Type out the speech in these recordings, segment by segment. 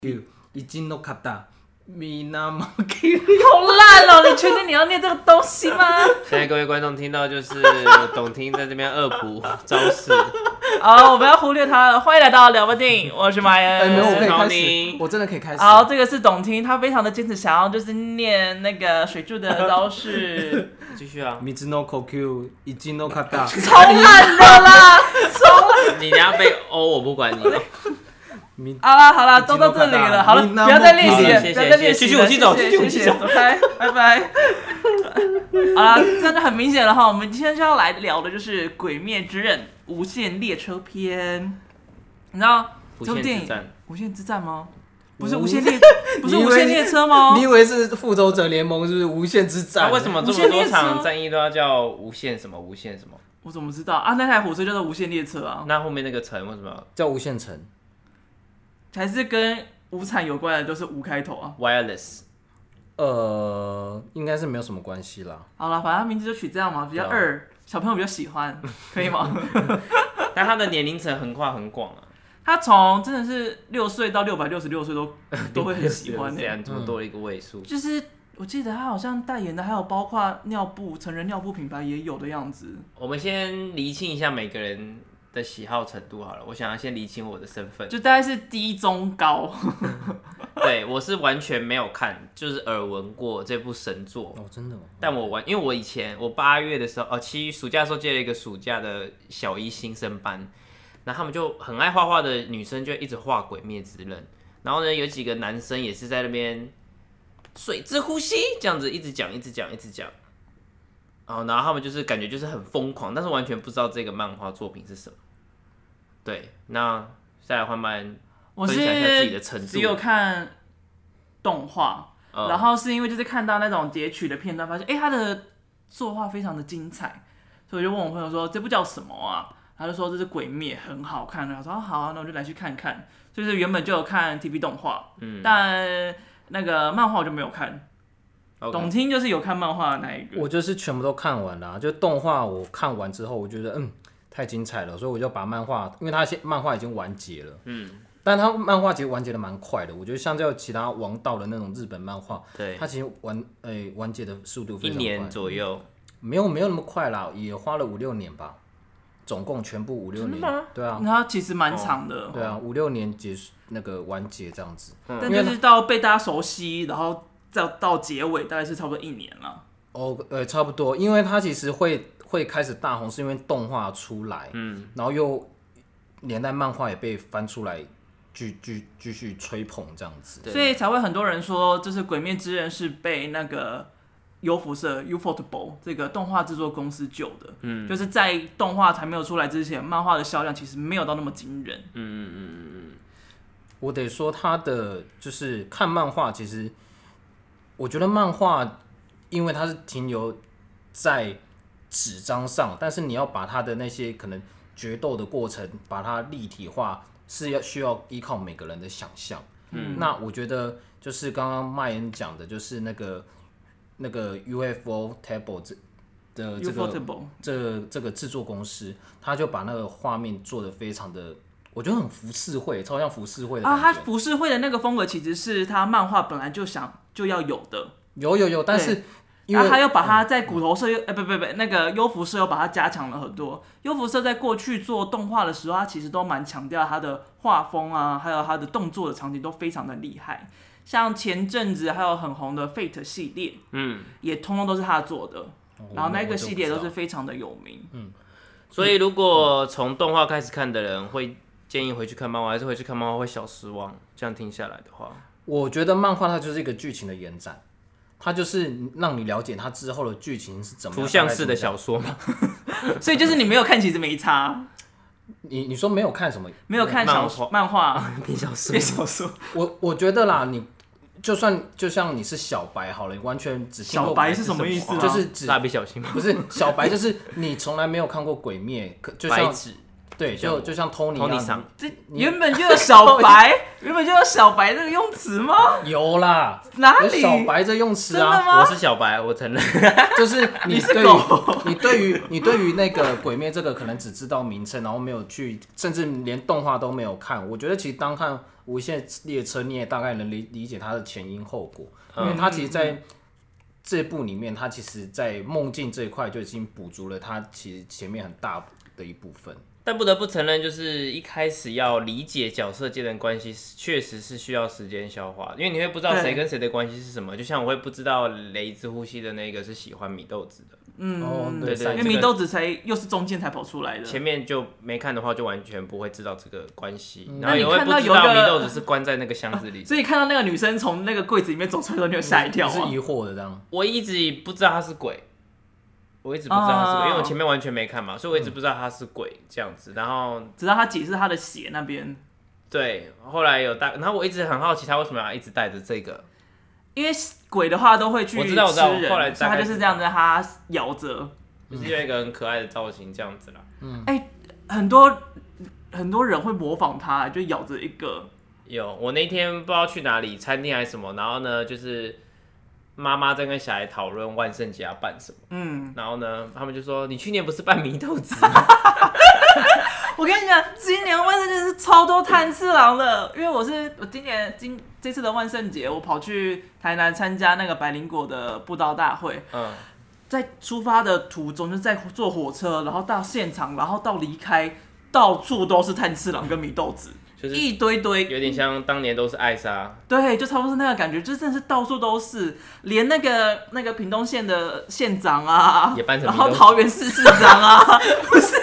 已经都卡达。米娜马好烂哦！你确定你要念这个东西吗？ 现在各位观众听到就是董听在这边恶补招式。 好，我们要忽略他了。欢迎来到聊吧电影，我是麦恩。 没有，我可以开始，我真的可以开始。 好，这个是董听，他非常的坚持，想要就是念那个水柱的招式。 继续啊。 米兹诺口 Q 已经都卡达。 超烂的啦！ 你等下被欧，我不管你。 好啦，都到这里了，好了，不要再练习了，不要再练习了， 继续，我去走， 谢谢，走开，拜拜。好啦，这样就很明显了哈。我们今天就要来聊的就是《鬼灭之刃：无限列车篇》。你知道这部电影《无限之战》吗？不是无限列，不是无限列车吗？ 你以为是复仇者联盟是不是？无限之战？ 为什么这么多场战役都要叫无限什么无限什么？ 我怎么知道啊？那台火车叫做无限列车啊。 那后面那个城为什么叫无限城？ 还是跟无产有关的都是无开头啊 ？Wireless， 应该是没有什么关系啦。 好啦，反正名字就取这样嘛，比较小朋友比较喜欢，可以吗？ 但他的年龄层横跨很广啊。 他从真的是6岁到666岁都会很喜欢这样这么多的一个位数。 就是我记得他好像代言的还有包括尿布，成人尿布品牌也有的样子。 我们先厘清一下每个人的喜好程度好了，我想要先厘清我的身份， 就大概是低中高。 对，我是完全没有看，就是耳闻过这部神作哦，真的吗？ 但因为我以前8月的时候，暑假的时候接了一个暑假的小一新生班，然后他们就很爱画画的女生就一直画《鬼灭之刃》，然后呢有几个男生也是在那边水之呼吸这样子一直讲，然后他们就是感觉就是很疯狂，但是完全不知道这个漫画作品是什么。对，那再来换班分享一下自己的程度。 只有看动画，然后是因为就是看到那种截取的片段，发现他的作画非常的精彩，所以我就问我朋友说这部叫什么啊？他就说这是《鬼灭》，很好看。然后说好啊，那我就来去看看。就是原本就有看 TV 动画，但那个漫画我就没有看。董听就是有看漫画的那一个， 我就是全部都看完了，就动画我看完之后，我觉得太精彩了，所以我就把漫画，因为它漫画已经完结了，但它漫画其实完结的蛮快的，我觉得相较其他王道的那种日本漫画， 对， 它其实完结的速度非常快， 1年左右， 没有那么快啦，也花了5-6年吧，总共全部5-6年，对啊， 它其实蛮长的， 对啊，5-6年结束那个完结这样子， 但就是到被大家熟悉，然后再到结尾大概是差不多1年了。 差不多，因为它其实会开始大红，是因为动画出来，然后又连带漫画也被翻出来，继续吹捧这样子， 所以才会很多人说，就是《鬼灭之刃》是被那个优辐社 Ufotable 这个动画制作公司救的，就是在动画还没有出来之前，漫画的销量其实没有到那么惊人。 我得说他的就是看漫画，其实我觉得漫画，因为它是停留在纸张上，但是你要把它的那些可能决斗的过程，把它立体化，是需要依靠每个人的想象。那我觉得就是刚刚麦恩讲的，就是那个 UFO Table 的这个制作公司，他就把那个画面做得非常的，我觉得很浮世绘，超像浮世绘的感觉。 他浮世绘的那个风格其实是他漫画本来就要有的。 有，但是然后他又把它在骨头社那个优辐社又把它加强了很多。优辐社在过去做动画的时候，他其实都蛮强调他的画风啊，还有他的动作的场景都非常的厉害。像前阵子还有很红的 Fate 系列，也通通都是他做的。然后那个系列都是非常的有名。 所以如果从动画开始看的人，会建议回去看漫画，还是回去看漫画会小失望？这样听下来的话， 我觉得漫画它就是一个剧情的延展。它就是让你了解它之后的剧情是怎么样， 图像式的小说嘛， 所以就是你没有看，其实没差。 你说没有看什么？ 没有看漫画变小说。 我觉得啦，你就像你是小白好了，你完全只听过小白是什么意思？ 就是指蜡笔小新吗？ 不是小白，就是你从来没有看过《鬼灭》，就像白纸。 对，就像 Tony 桑， 这原本就有小白，原本就有小白这个用词吗？ 有啦， 哪里？ 有小白这用词啊？ 真的吗？ 我是小白，我承认。 就是你是狗你对于那个鬼灭这个可能只知道名称，然后没有去，甚至连动画都没有看。我觉得其实当看《无限列车》，你也大概能理解它的前因后果，因为它其实在这部里面，它其实在梦境这一块就已经补足了它其实前面很大的一部分。 但不得不承认，就是一开始要理解角色间的关系，确实是需要时间消化，因为你会不知道谁跟谁的关系是什么。就像我会不知道雷之呼吸的那个是喜欢米豆子的， 对， 因为米豆子又是中间才跑出来的， 前面就没看的话，就完全不会知道这个关系，然后也会不知道米豆子是关在那个箱子里。 所以看到那个女生从那个柜子里面走出来的时候，你有吓一跳吗？ 是疑惑的这样。 我一直不知道他是鬼。我一直不知道他是鬼，因为我前面完全没看嘛，所以我一直不知道他是鬼这样子。然后直到他解释他的血那边， 对，后来然后我一直很好奇他为什么要一直带着这个， 因为鬼的话都会去吃人， 我知道，后来所以他就是这样子，他摇着， 就是有一个很可爱的造型这样子啦。 很多人会模仿他，就咬着一个。 有，我那天不知道去哪里，餐厅还是什么，然后呢，就是妈妈在跟小孩讨论万圣节要办什么，然后呢，他们就说你去年不是办祢豆子吗？ 我跟你讲，今年万圣节是超多炭治郎的，因为我这次的万圣节，我跑去台南参加那个百灵果的布道大会，在出发的途中，就在坐火车，然后到现场，然后到离开，到处都是炭治郎跟祢豆子。 就是一堆堆， 有点像当年都是艾莎， 对，就差不多是那个感觉，就真的是到处都是，连那个屏东县的县长啊， 也扮成， 然后桃园市市长啊，不是，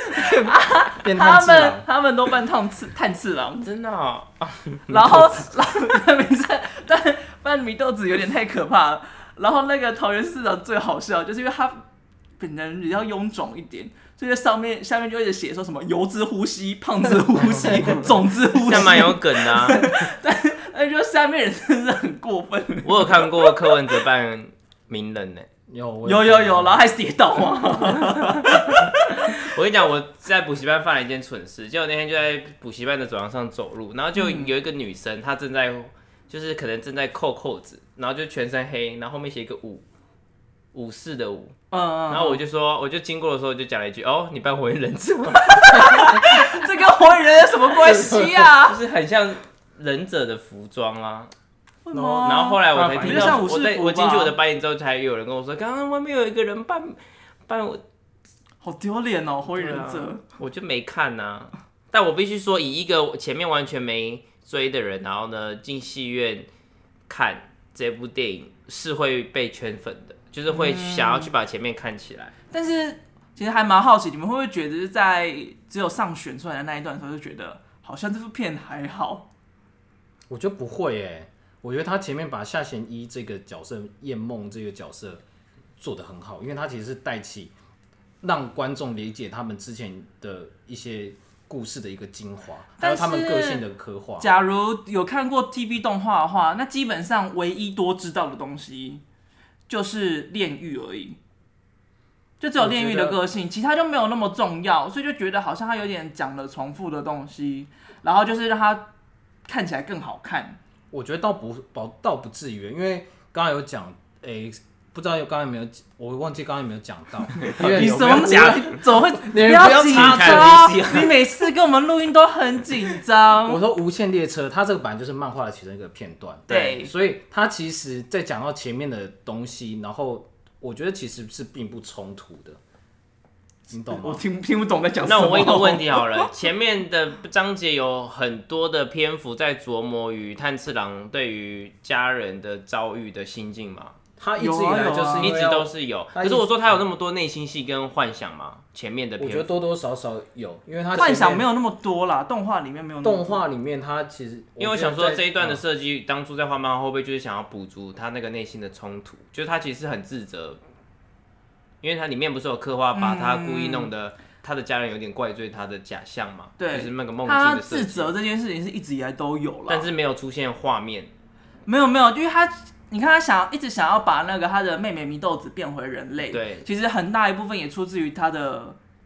他们都扮炭治郎， 真的哦。 然后名字，但扮祢豆子有点太可怕了。然后那个桃园市长最好笑，就是因为他本人比较臃肿一点。所以下面就一直写说什么油脂呼吸、胖子呼吸、肿子呼吸， 这蛮有梗的啊。 但就下面人真的是很过分。 我有看过柯文哲扮名人呢， 有，然后还跌倒啊。 我跟你讲，我在补习班犯了一件蠢事，结果那天就在补习班的走廊上走路，然后就有一个女生，她就是可能正在扣子，然后就全身黑，然后后面写一个武士的武，然后我就经过的时候就讲了一句，哦，你扮火影忍者吗？ 这跟火影忍者有什么关系啊？ 就是很像忍者的服装啊。 然后后来我才听到，我进去我的班营之后，才有人跟我说，刚刚外面有一个人扮我， 好丢脸哦，火影忍者。 我就没看啊，但我必须说，以一个前面完全没追的人，然后呢进戏院看这部电影，是会被圈粉的。就是会想要去把前面看起来， 但是其实还蛮好奇，你们会不会觉得在只有上选出来的那一段的时候，就觉得好像这部片还好？ 我觉得不会耶，我觉得他前面把夏贤一这个角色、叶梦这个角色做得很好，因为他其实是带起让观众理解他们之前的一些故事的一个精华，还有他们个性的刻画。 假如有看过 TV 动画的话，那基本上唯一多知道的东西就是炼狱而已，就只有炼狱的个性，其他就没有那么重要，所以就觉得好像他有点讲了重复的东西，然后就是让他看起来更好看。 我觉得倒不至于，因为刚刚有讲，不知道刚刚有没有，我忘记刚刚有没有讲到。 你怎么讲？怎么会？不要紧张！你每次跟我们录音都很紧张。 我说《无限列车》，它这个本来就是漫画的其中一个片段， 对， 所以它其实在讲到前面的东西，然后我觉得其实是并不冲突的。你懂吗？ 我听不懂在讲什么。 那我问一个问题好了，前面的章节有很多的篇幅在琢磨于炭治郎对于家人的遭遇的心境嘛？ 他一直以来就是一直都是有，可是我说他有那么多内心戏跟幻想嘛？前面的篇幅我觉得多多少少有，因为他幻想没有那么多啦，动画里面没有那么多。 动画里面他其实， 因为我想说这一段的设计，当初在画漫画会不会就是想要补足他那个内心的冲突？就是他其实很自责，因为他里面不是有刻画把他故意弄的。他的家人有点怪罪他的假象嘛？ 对， 就是那个梦境的设计。 他自责这件事情是一直以来都有了， 但是没有出现画面。 没有，因为他，你看他一直想要把那个他的妹妹祢豆子变回人类。 对， 其实很大一部分也出自于他的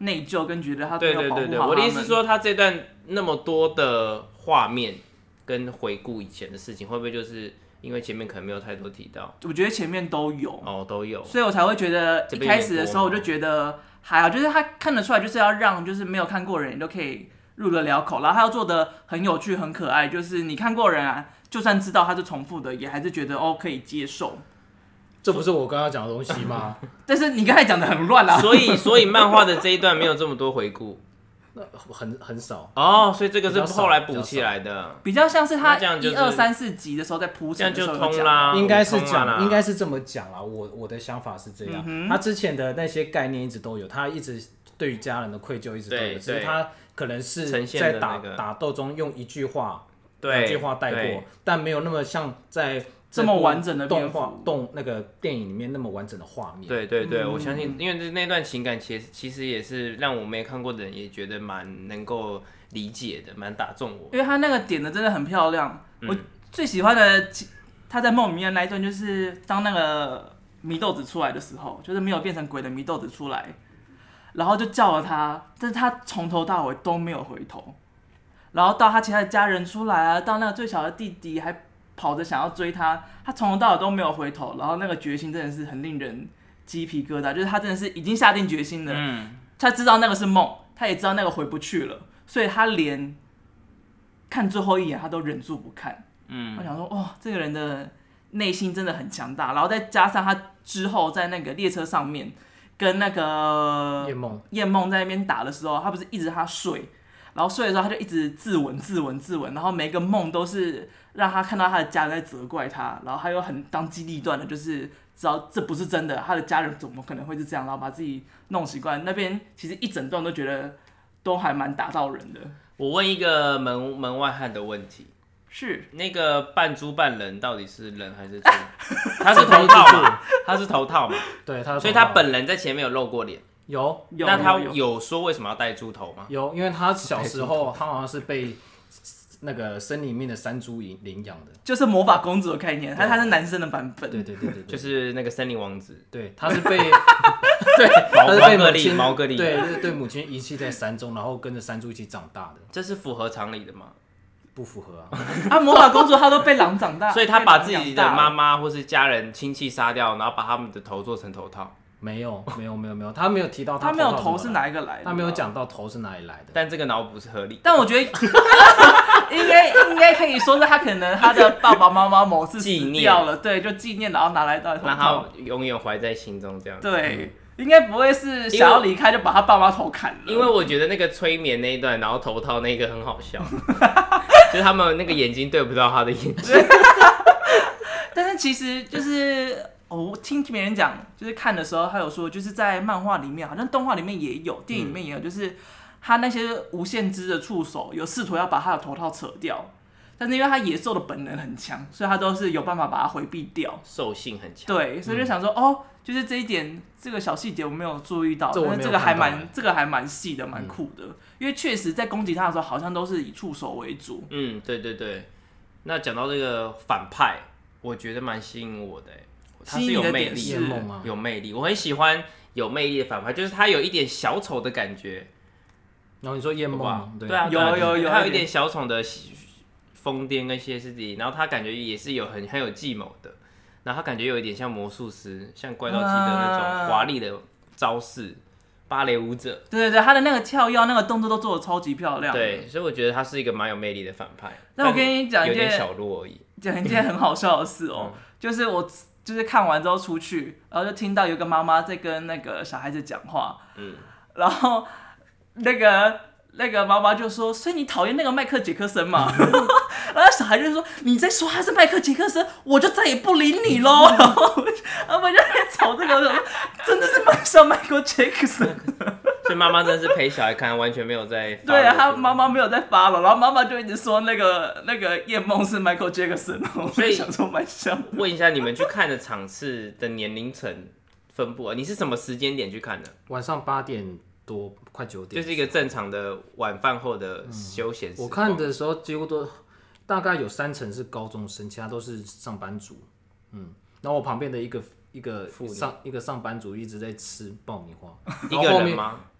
内疚，跟觉得他没有保护好他们。 对，我的意思是说，他这段那么多的画面跟回顾以前的事情，会不会就是因为前面可能没有太多提到？ 我觉得前面都有都有， 所以我才会觉得一开始的时候我就觉得还好，就是他看得出来就是要让就是没有看过的人都可以入得了口，然后他要做的很有趣很可爱，就是你看过的人啊，就算知道他是重复的，也还是觉得可以接受。 这不是我刚刚讲的东西吗？ 但是你刚才讲的很乱啊。 所以漫画的这一段没有这么多回顾， 很少所以这个是后来补起来的， 比较像是他 1、2、 3、4集的时候在铺陈的时候这样就通啦。 应该是这么讲啦。我的想法是这样，他之前的那些概念一直都有，他一直对于家人的愧疚一直都有，只是他可能是在打斗中用一句话、2句话带过，但没有那么像在这么完整的那个电影里面那么完整的画面。 对，我相信，因为那段情感其实也是让我没看过的人也觉得蛮能够理解的，蛮打中我。 因为他那个点的真的很漂亮，我最喜欢的他在梦里面那一段就是当那个祢豆子出来的时候，就是没有变成鬼的祢豆子出来，然后就叫了他，但是他从头到尾都没有回头，然后到他其他的家人出来啊，到那个最小的弟弟还跑着想要追他，他从头到尾都没有回头，然后那个决心真的是很令人鸡皮疙瘩，就是他真的是已经下定决心了，他知道那个是梦，他也知道那个回不去了，所以他连看最后一眼他都忍住不看。我想说，这个人的内心真的很强大，然后再加上他之后在那个列车上面跟那个叶梦在那边打的时候，他不是一直他睡。然后睡的时候，他就一直自刎，然后每一个梦都是让他看到他的家人在责怪他，然后他又很当机立断的，就是知道这不是真的，他的家人怎么可能会是这样，然后把自己弄习惯。那边其实一整段都觉得都还蛮打到人的。 我问一个门外汉的问题， 是那个扮猪扮人到底是人还是猪？他是头套嘛？他是头套嘛？ 对，所以他本人在前面有露过脸。 有， 那他有说为什么要戴猪头吗？ 有，因为他小时候他好像是被那个森林里面的山猪领养的， 就是魔法公主的概念，他是男生的版本。 对， 就是那个森林王子。 对，他是被他是被毛格丽对母亲遗弃在山中，然后跟着山猪一起长大的。 这是符合常理的吗？ 不符合啊！ 魔法公主她都被狼长大， 所以她把自己的妈妈或是家人亲戚杀掉，然后把他们的头做成头套。 没有，他没有提到他没有头是哪一个来的， 他没有讲到头是哪里来的。 但这个脑补是合理的。 但我觉得应该可以说是他可能他的爸爸妈妈某次死掉了，对，就纪念，然后拿来当头套， 让他永远怀在心中这样。 对，应该不会是想要离开就把他爸妈头砍了。 因为我觉得那个催眠那一段，然后头套那个很好笑，就是他们那个眼睛对不到他的眼睛。 但是其实就是我听别人讲，就是看的时候他有说，就是在漫画里面，好像动画里面也有，电影里面也有，就是他那些无限之的触手有试图要把他的头套扯掉，但是因为他野兽的本能很强，所以他都是有办法把它回避掉， 兽性很强。 对，所以就想说，就是这一点这个小细节我没有注意到，但是这个还蛮细的，蛮酷的，因为确实在攻击他的时候好像都是以触手为主。 对。那讲到这个反派，我觉得蛮吸引我的。他是有魅力，有魅力，我很喜欢有魅力的反派，就是他有一点小丑的感觉。 然后你说叶梦， 对啊， 有， 他有一点小丑的疯癫跟歇斯底里，然后他感觉也是有很有计谋的，然后他感觉有一点像魔术师，像怪盗基德那种华丽的招式，芭蕾舞者。 对，他的那个跳跃、那个动作都做得超级漂亮。 对，所以我觉得他是一个蛮有魅力的反派。 那我跟你讲一件有点小弱而已， 讲一件很好笑的事就是我。就是看完之后出去，然后就听到有个妈妈在跟那个小孩子讲话，然后那个妈妈就说：“所以你讨厌那个迈克杰克森吗？”然后小孩就说：“你再说他是迈克杰克森，我就再也不理你喽。”然后他们就在吵这个，真的是蛮像迈克杰克森。 所以妈妈真的是陪小孩看，完全没有在。 对啊，他妈妈没有在发了，然后妈妈就一直说那个叶梦是 Michael Jackson， 所以想说蛮像。 问一下你们去看的场次的年龄层分布你是什么时间点去看的？ 晚上8点多，快9点， 就是一个正常的晚饭后的休闲时光。 我看的时候几乎都大概有3成是高中生，其他都是上班族。然后我旁边的一个上班族一直在吃爆米花， 一个人吗？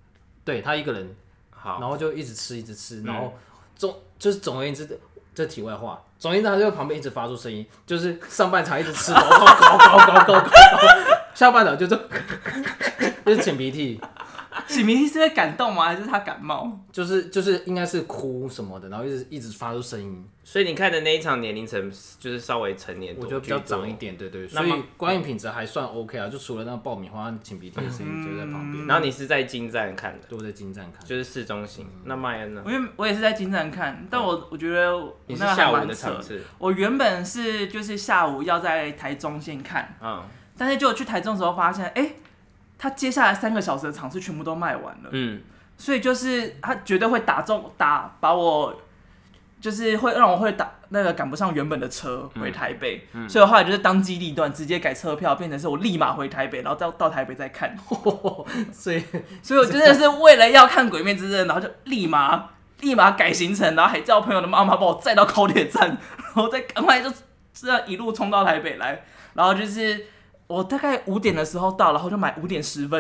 对他一个人， 好， 然后就一直吃，然后总而言之，这题外话，总而言之他就在旁边一直发出声音，就是上半场一直吃，高，下半场就是擤鼻涕。 擤鼻涕是会感动吗？还是他感冒？ 就是应该是哭什么的，然后一直发出声音。 所以你看的那一场年龄层就是稍微成年， 我觉得比较长一点，对，所以观影品质还算 OK 啊，就除了那个爆米花擤鼻涕的声音就在旁边。 然后你是在金站看的， 对，我在金站看， 就是市中心。那麦恩呢？ 我也是在金站看，但我觉得你是下午的场次。 我原本是就是下午要在台中先看，但是就去台中的时候发现，他接下来3个小时的场次全部都卖完了，所以就是他绝对会把我，就是会让我赶不上原本的车回台北，所以我后来就是当机立断，直接改车票，变成是我立马回台北，然后到台北再看，所以我真的是为了要看《鬼灭之刃》，然后就立马改行程，然后还叫朋友的妈妈把我载到高铁站，然后再赶快就这样一路冲到台北来，然后就是我大概5点的时候到，然后就买5点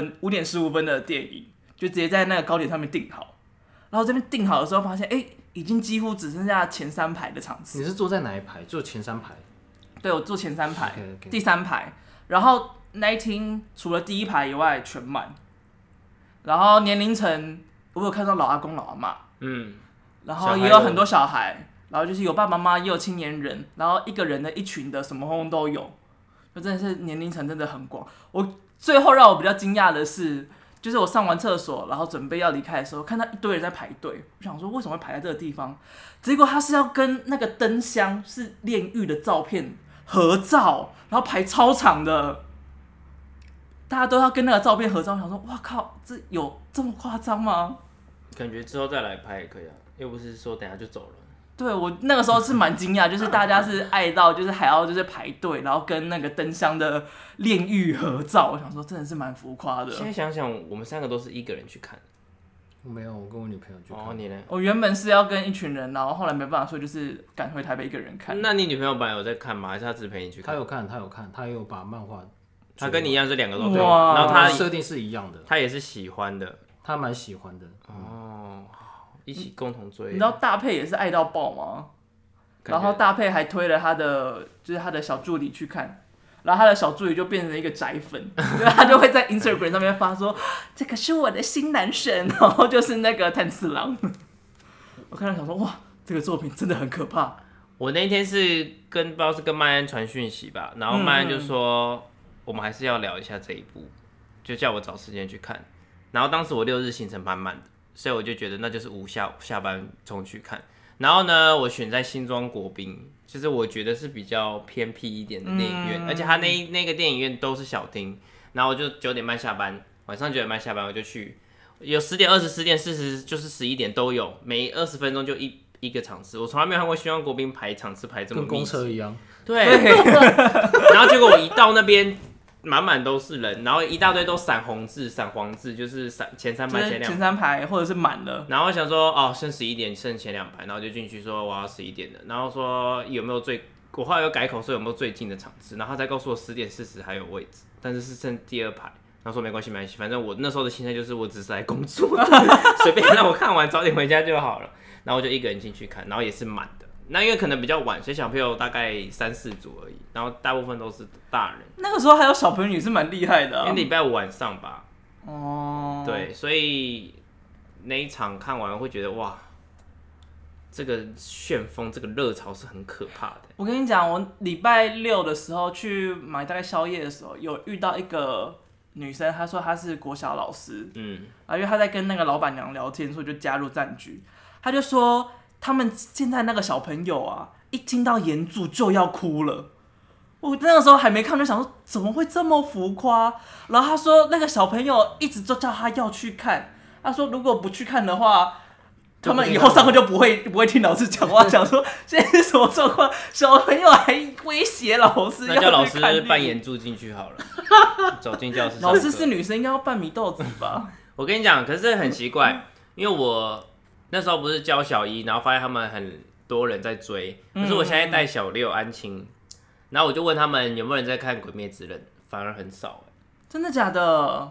15分的电影，就直接在那个高铁上面订好，然后这边订好的时候发现，已经几乎只剩下前3排的场次。 你是坐在哪一排？坐前3排？ 对，我坐前3排， okay. 第3排。然后那一厅除了第1排以外全满，然后年龄层我有看到老阿公老阿嬷，然后也有很多小孩，然后就是有爸爸妈妈也有青年人，然后一个人的一群的什么通都有，就真的是年龄层真的很广。我最后让我比较惊讶的是，就是我上完厕所，然后准备要离开的时候，看到一堆人在排队。我想说，为什么会排在这个地方？结果他是要跟那个灯箱是炼狱的照片合照，然后排超长的，大家都要跟那个照片合照。我想说，哇靠，这有这么夸张吗？ 感觉之后再来拍也可以啊，又不是说等下就走了。 对，我那个时候是蛮惊讶，就是大家是爱到就是还要就是排队，然后跟那个灯箱的炼狱合照。我想说，真的是蛮浮夸的。 现在想想，我们3个都是一个人去看。 我没有，我跟我女朋友去看。 哦，你呢？ 我原本是要跟一群人，然后后来没办法，所以就是赶回台北一个人看。 那你女朋友本来有在看吗？还是她只陪你去看？ 她有看，她有把漫画。 她跟你一样是2个都看， 哇， 然后她设定是一样的， 她也是喜欢的， 她蛮喜欢的。 哦，一起共同追。 你知道大佩也是爱到爆吗？然后大佩还推了他的小助理去看，然后他的小助理就变成一个宅粉，他就会在 Instagram 上面发说这个是我的新男神，然后就是那个炭治郎。我看到想说哇，这个作品真的很可怕。 我那天是不知道是跟麦恩传讯息吧，然后麦恩就说我们还是要聊一下这一部，就叫我找时间去看。然后当时我6日行程满满的，所以我就觉得那就是下班冲去看。然后呢，我选在新庄国宾，就是我觉得是比较偏僻一点的电影院，而且它那个电影院都是小厅。然后我就9点半下班，晚上9点半下班我就去，有10点、20、10点、40，就是11点都有，每20分钟就一个场次。我从来没有看过新庄国宾排场次排这么密集， 跟公车一样。 对。然后结果我一到那边，满满都是人，然后一大堆都闪红字、闪黄字，就是前3排、前 3排或者是满了。 然后我想说，剩11点，剩前2排，然后就进去说我要11点的，然后说有没有我后来又改口说有没有最近的场次，然后他再告诉我10点40还有位置，但是剩第2排，然后说没关系，反正我那时候的心态就是我只是来工作，随便让我看完早点回家就好了。然后我就一个人进去看，然后也是满的。那因为可能比较晚，所以小朋友大概3、4组而已，然后大部分都是大人。 那个时候还有小朋友也是蛮厉害的， 因为礼拜5晚上吧。 哦。 对，所以那一场看完会觉得哇，这个旋风、这个热潮是很可怕的。 我跟你讲，我礼拜6的时候去买大概宵夜的时候，有遇到一个女生，她说她是国小老师，因为她在跟那个老板娘聊天，所以就加入战局。她就说他们现在那个小朋友啊，一听到炎柱就要哭了。我那个时候还没看，就想说怎么会这么浮夸？然后她说那个小朋友一直就叫她要去看，她说如果不去看的话，他们以后上课就不会听老师讲话。想说现在是什么状况？小朋友还威胁老师要去看， 那叫老师扮演住进去好了，走进教室。 老师是女生，应该要扮米豆子吧？ 我跟你讲，可是很奇怪，因为我那时候不是教小1，然后发现他们很多人在追，可是我现在带小6安亲，然后我就问他们有没有人在看《鬼灭之刃》，反而很少。 真的假的？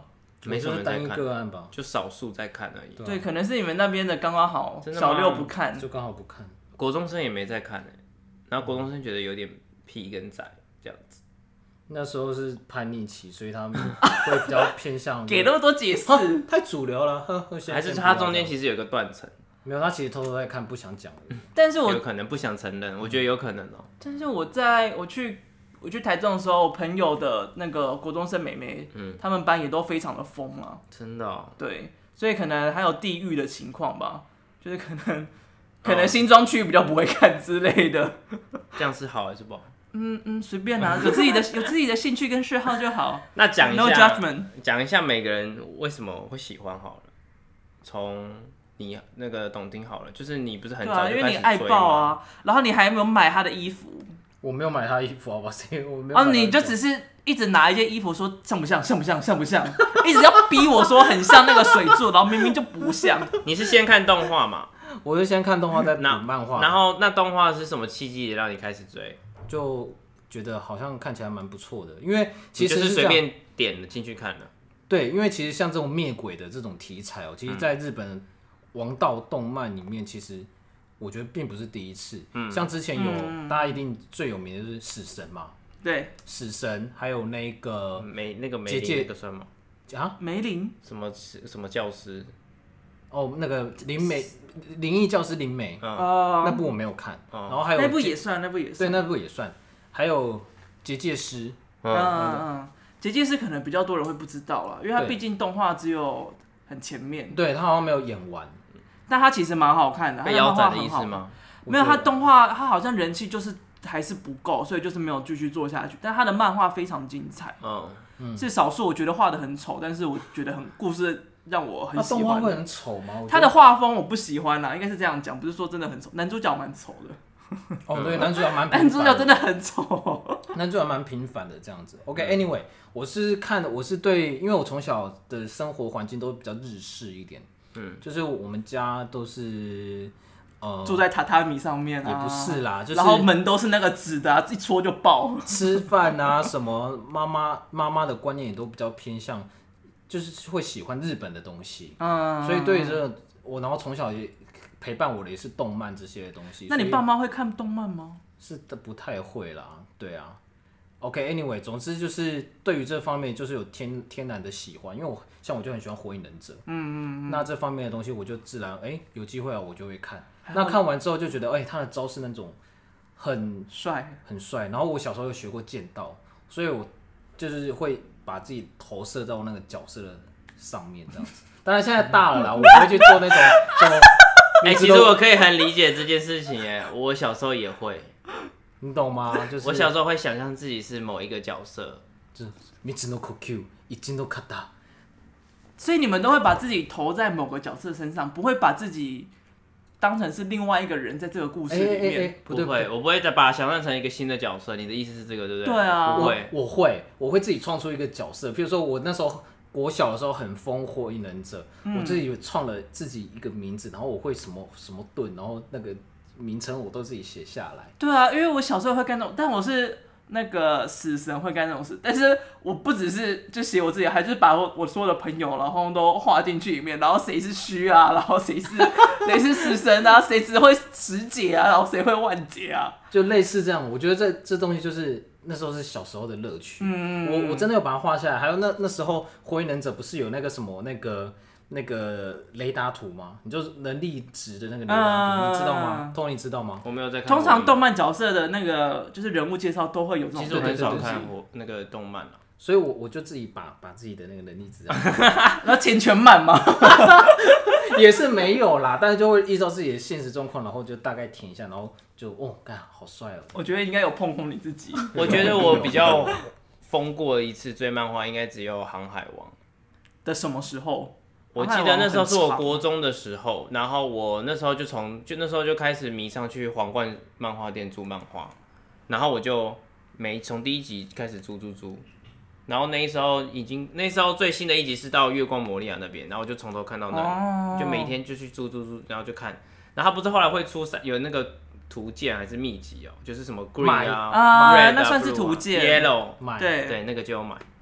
没什么人在单一看， 个案吧， 就少数在看而已。 对，可能是你们那边的刚刚好， 真的吗小六不看， 就刚好不看。 国中生也没在看然后国中生觉得有点屁跟仔这样子。 那时候是叛逆期，所以他们会比较偏向给那么多解释， 太主流了。 还是他中间其实有个断层， 没有，他其实偷偷在看，不想讲而已。 但是我有可能不想承认，我觉得有可能但是我去台中的时候，我朋友的那个国中生妹妹，他们班也都非常的疯啊， 真的对，所以可能还有地域的情况吧，就是可能新庄区比较不会看之类的。 这样是好还是不好？ 随便啊，有自己的兴趣跟嗜好就好。 那讲一下 No judgment， 讲一下每个人为什么会喜欢好了。从你那个董丁好了，就是你不是很早就开始追吗？ 因为你爱爆啊，然后你还没有买他的衣服。 我没有买他衣服，好吧？我没有。 你就只是一直拿一件衣服说像不像，一直要逼我说很像那个水柱，然后明明就不像。 你是先看动画嘛？ 我是先看动画再补漫画， 然后那动画是什么契机让你开始追？ 就觉得好像看起来蛮不错的，因为其实就是随便点了进去看的。 对，因为其实像这种灭鬼的这种题材其实在日本王道动漫里面，其实我觉得并不是第一次。像之前有大家一定最有名的就是死神嘛， 对， 死神还有那个梅林那个算吗？ 啊， 梅林什么教师？ 那个灵异教师灵媒，那部我没有看，然后还有那部也算， 对，那部也算，还有结界师， 结界师可能比较多人会不知道啦，因为它毕竟动画只有很前面， 对，他好像没有演完， 但它其实蛮好看的， 被腰斩的意思吗？ 没有，它动画它好像人气就是还是不够，所以就是没有继续做下去。但它的漫画非常精彩，是少数我觉得画的很丑，但是我觉得故事让我很喜欢。 它动画会很丑吗？ 它的画风我不喜欢啦，应该是这样讲，不是说真的很丑，男主角蛮丑的。 对，男主角蛮男主角真的很丑， 男主角蛮平凡的这样子。OK，Anyway，我是对，因为我从小的生活环境都比较日式一点，就是我们家都是住在榻榻米上面啊， 也不是啦，就是然后门都是那个纸的一戳就爆。 吃饭啊什么，妈妈的观念也都比较偏向，就是会喜欢日本的东西，所以对这我，然后从小也陪伴我的也是动漫这些东西。 那你爸妈会看动漫吗？ 是的，不太会啦，对啊。OK，Anyway，总之就是对于这方面就是有天然的喜欢，因为我就很喜欢火影忍者，那这方面的东西我就自然有机会我就会看。那看完之后就觉得他的招是那种很帅，然后我小时候有学过剑道，所以我就是会把自己投射到那个角色的上面这样子。当然现在大了啦，我不会去做那种什么。 其实我可以很理解这件事情我小时候也会， 你懂吗？就是我小时候会想象自己是某一个角色， 就是3つの呼吸、1の肩。 所以你们都会把自己投在某个角色身上，不会把自己当成是另外一个人在这个故事里面。 不会，我不会再把它想象成一个新的角色。你的意思是这个，对不对？ 对啊， 我会自己创出一个角色，比如说我那时候。国小的时候很疯火影忍者，我自己创了自己一个名字，然后我会什么盾，然后那个名称我都自己写下来。 对啊，因为我小时候会干那种，但我是那个死神会干那种事，但是我不只是就写我自己，还是把我所有的朋友然后都画进去里面，然后谁是虚啊，然后谁是死神啊，谁只会10解啊，然后谁会万解啊， 就类似这样。我觉得这东西就是那时候是小时候的乐趣。我真的有把它画下来。还有那时候火影忍者不是有那个什么那个雷达图吗？你就是能力值的那个雷达图，你知道吗？Tony 知道吗？ 我没有在看。 通常动漫角色的那个就是人物介绍都会有这种。 其实我很少看那个动漫了， 所以我就自己把自己的那个能力值， 然后填全满吗？ 也是没有啦，但是就会依照自己的现实状况，然后就大概填一下，然后就干好帅哦。 我觉得应该有碰碰你自己。 我觉得我比较疯过一次追漫画，应该只有《航海王》 的什么时候？ 我记得那时候是我国中的时候，然后我那时候那时候就开始迷上去皇冠漫画店租漫画，然后我就从第一集开始租，然后那时候最新的一集是到月光魔利亚那边，然后我就从头看到那里，就每一天就去租，然后就看，然后他不是后来会出有那个图鉴还是秘籍就是什么 green 啊 ，red 那算是图鉴 ，yellow， 对， 那个就有买。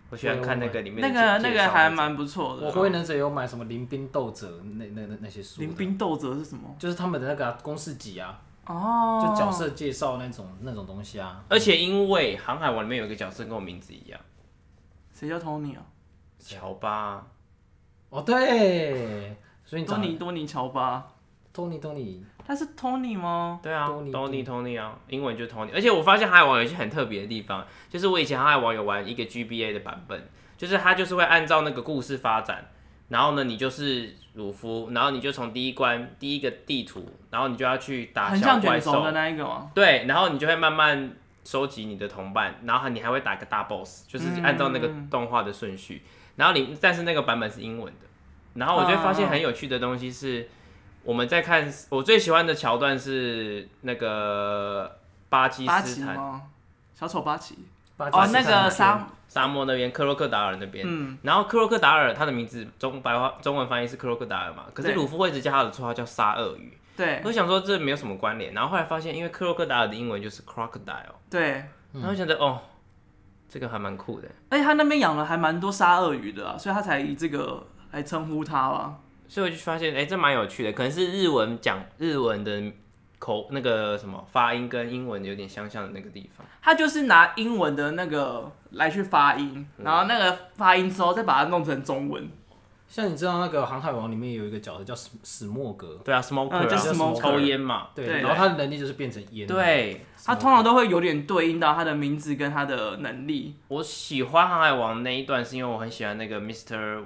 我喜欢看那个里面那个还蛮不错的。 我火影忍者有买什么临兵斗者那些书。 临兵斗者是什么？ 就是他们的那个公式集啊。 哦。 就角色介绍那种东西啊。 而且因为航海王里面有一个角色跟我名字一样。 谁叫 Tony 啊？ 乔巴。 哦，对。所以多尼乔巴。 Tony。 他是 Tony 吗？ 对啊，Tony 啊，英文就是 Tony。而且我发现航海王有一些很特别的地方，就是我以前航海王有玩一个 GBA 的版本，就是它就是会按照那个故事发展，然后呢，你就是鲁夫，然后你就从第一关第一个地图，然后你就要去打小怪兽， 很像卷轴的那一个吗？ 对，然后你就会慢慢收集你的同伴，然后你还会打个大 boss， 就是按照那个动画的顺序，然后但是那个版本是英文的，然后我就会发现很有趣的东西是。我们在看，我最喜欢的桥段是那个巴基斯坦吗？小丑巴奇。 哦， 那个沙漠那边，克洛克达尔那边。然后克洛克达尔他的名字中文翻译是克洛克达尔嘛，可是鲁夫会一直叫他的绰号叫沙鳄鱼。 对。 我想说这没有什么关联，然后后来发现，因为克洛克达尔的英文就是 crocodile。 对。 然后觉得哦，这个还蛮酷的。 而且他那边养了还蛮多沙鳄鱼的啊，所以他才以这个来称呼他吧。 所以我就发现，这蛮有趣的，可能是日文的那个什么发音跟英文有点相像的那个地方。 他就是拿英文的那个来去发音，然后那个发音之后再把它弄成中文。 像你知道那个《航海王》里面有一个角色叫史莫格， 对啊 ，smoker 就是抽烟嘛， 对，然后他的能力就是变成烟。 对， 他通常都会有点对应到他的名字跟他的能力。 我喜欢《航海王》那一段是因为我很喜欢那个 Mr.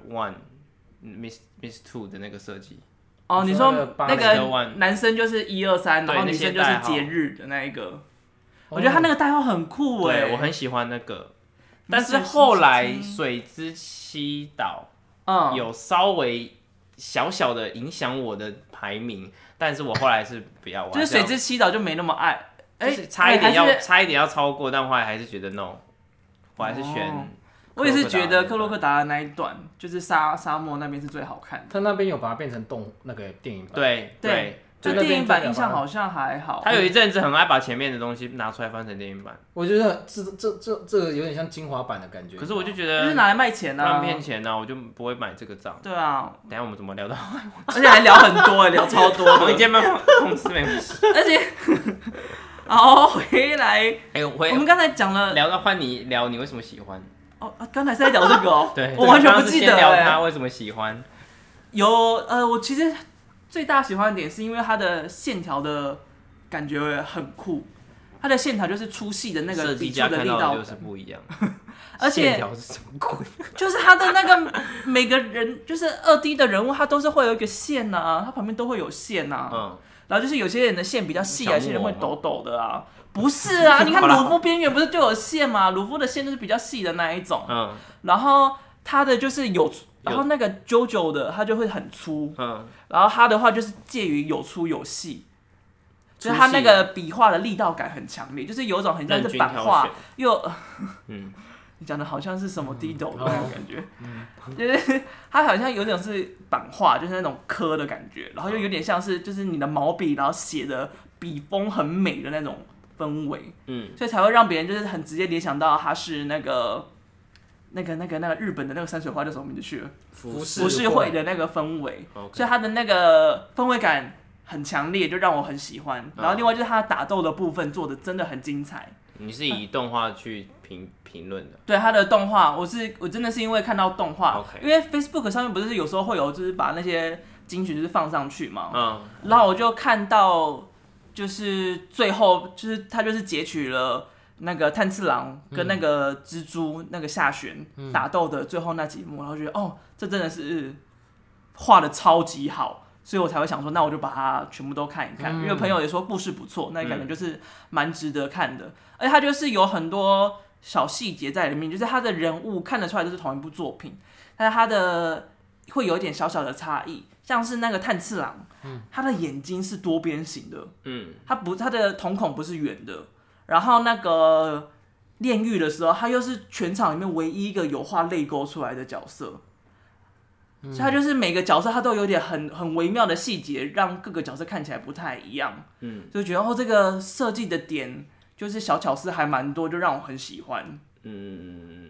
One。Miss Two 的那个设计哦，你说那个男生就是1、2、3，然后女生就是节日的那一个，我觉得他那个代号很酷对我很喜欢那个。但是后来水之七岛有稍微小小的影响我的排名，但是我后来是不要玩， 就是水之七岛就没那么爱， 就是差一点要超过，但后来还是觉得 no， 我还是选。 我也是觉得克洛克达的那一段，就是沙漠那边是最好看的。 他那边有把它变成那个电影版。 对， 就电影版印象好像还好。 他有一阵子很爱把前面的东西拿出来翻成电影版。 我觉得这个有点像精华版的感觉。 可是我就觉得就是拿来卖钱啊， 乱骗钱啊，我就不会买这个账。 对啊， 等一下我们怎么聊到？ 而且还聊很多聊超多的。 同一间漫画公司没关系。 而且，好回来，我们刚才讲了， 聊到换你聊，你为什么喜欢？ 刚才是在聊这个哦， 对， 我完全不记得。 聊他为什么喜欢？ 我其实最大喜欢的点是因为它的线条的感觉很酷，它的线条就是粗细的那个笔触的力道就是不一样。 而且线条是什么鬼？ 就是它的那个每个人就是2D 的人物，它都是会有一个线啊，它旁边都会有线啊。然后就是有些人的线比较细啊，有些人会抖抖的啊。不是啊，你看鲁夫边缘不是就有线吗？鲁夫的线就是比较细的那一种，然后他的就是然后那个 JoJo 的他就会很粗，然后他的话就是介于有粗有细，就是他那个笔画的力道感很强烈，就是有一种很像是版画又，你讲的好像是什么 Dido 的那种感觉，就是它好像有点是版画，就是那种刻的感觉，然后又有点像是就是你的毛笔，然后写的笔锋很美的那种氛围，所以才会让别人就是很直接联想到它是那个日本的那个山水画叫什么名字去了？浮世绘的那个氛围，所以它的那个氛围感很强烈，就让我很喜欢。然后另外就是它打斗的部分做的真的很精彩。 你是以动画去评论的？ 对，它的动画，我真的是因为看到动画，因为 Facebook 上面不是有时候会有就是把那些精选就是放上去嘛，然后我就看到。就是最后，就是他就是截取了那个炭治郎跟那个蜘蛛那个下旋打斗的最后那几幕，然后觉得这真的是画的超级好，所以我才会想说，那我就把它全部都看一看。因为朋友也说故事不错，那感觉就是蛮值得看的。而且他就是有很多小细节在里面，就是他的人物看得出来就是同一部作品，但是他的会有一点小小的差异。像是那个炭治郎，他的眼睛是多边形的，他的瞳孔不是圆的。然后那个炼狱的时候，他又是全场里面唯一一个有画泪沟出来的角色，所以他就是每个角色他都有点很微妙的细节，让各个角色看起来不太一样，就觉得这个设计的点就是小巧思还蛮多，就让我很喜欢。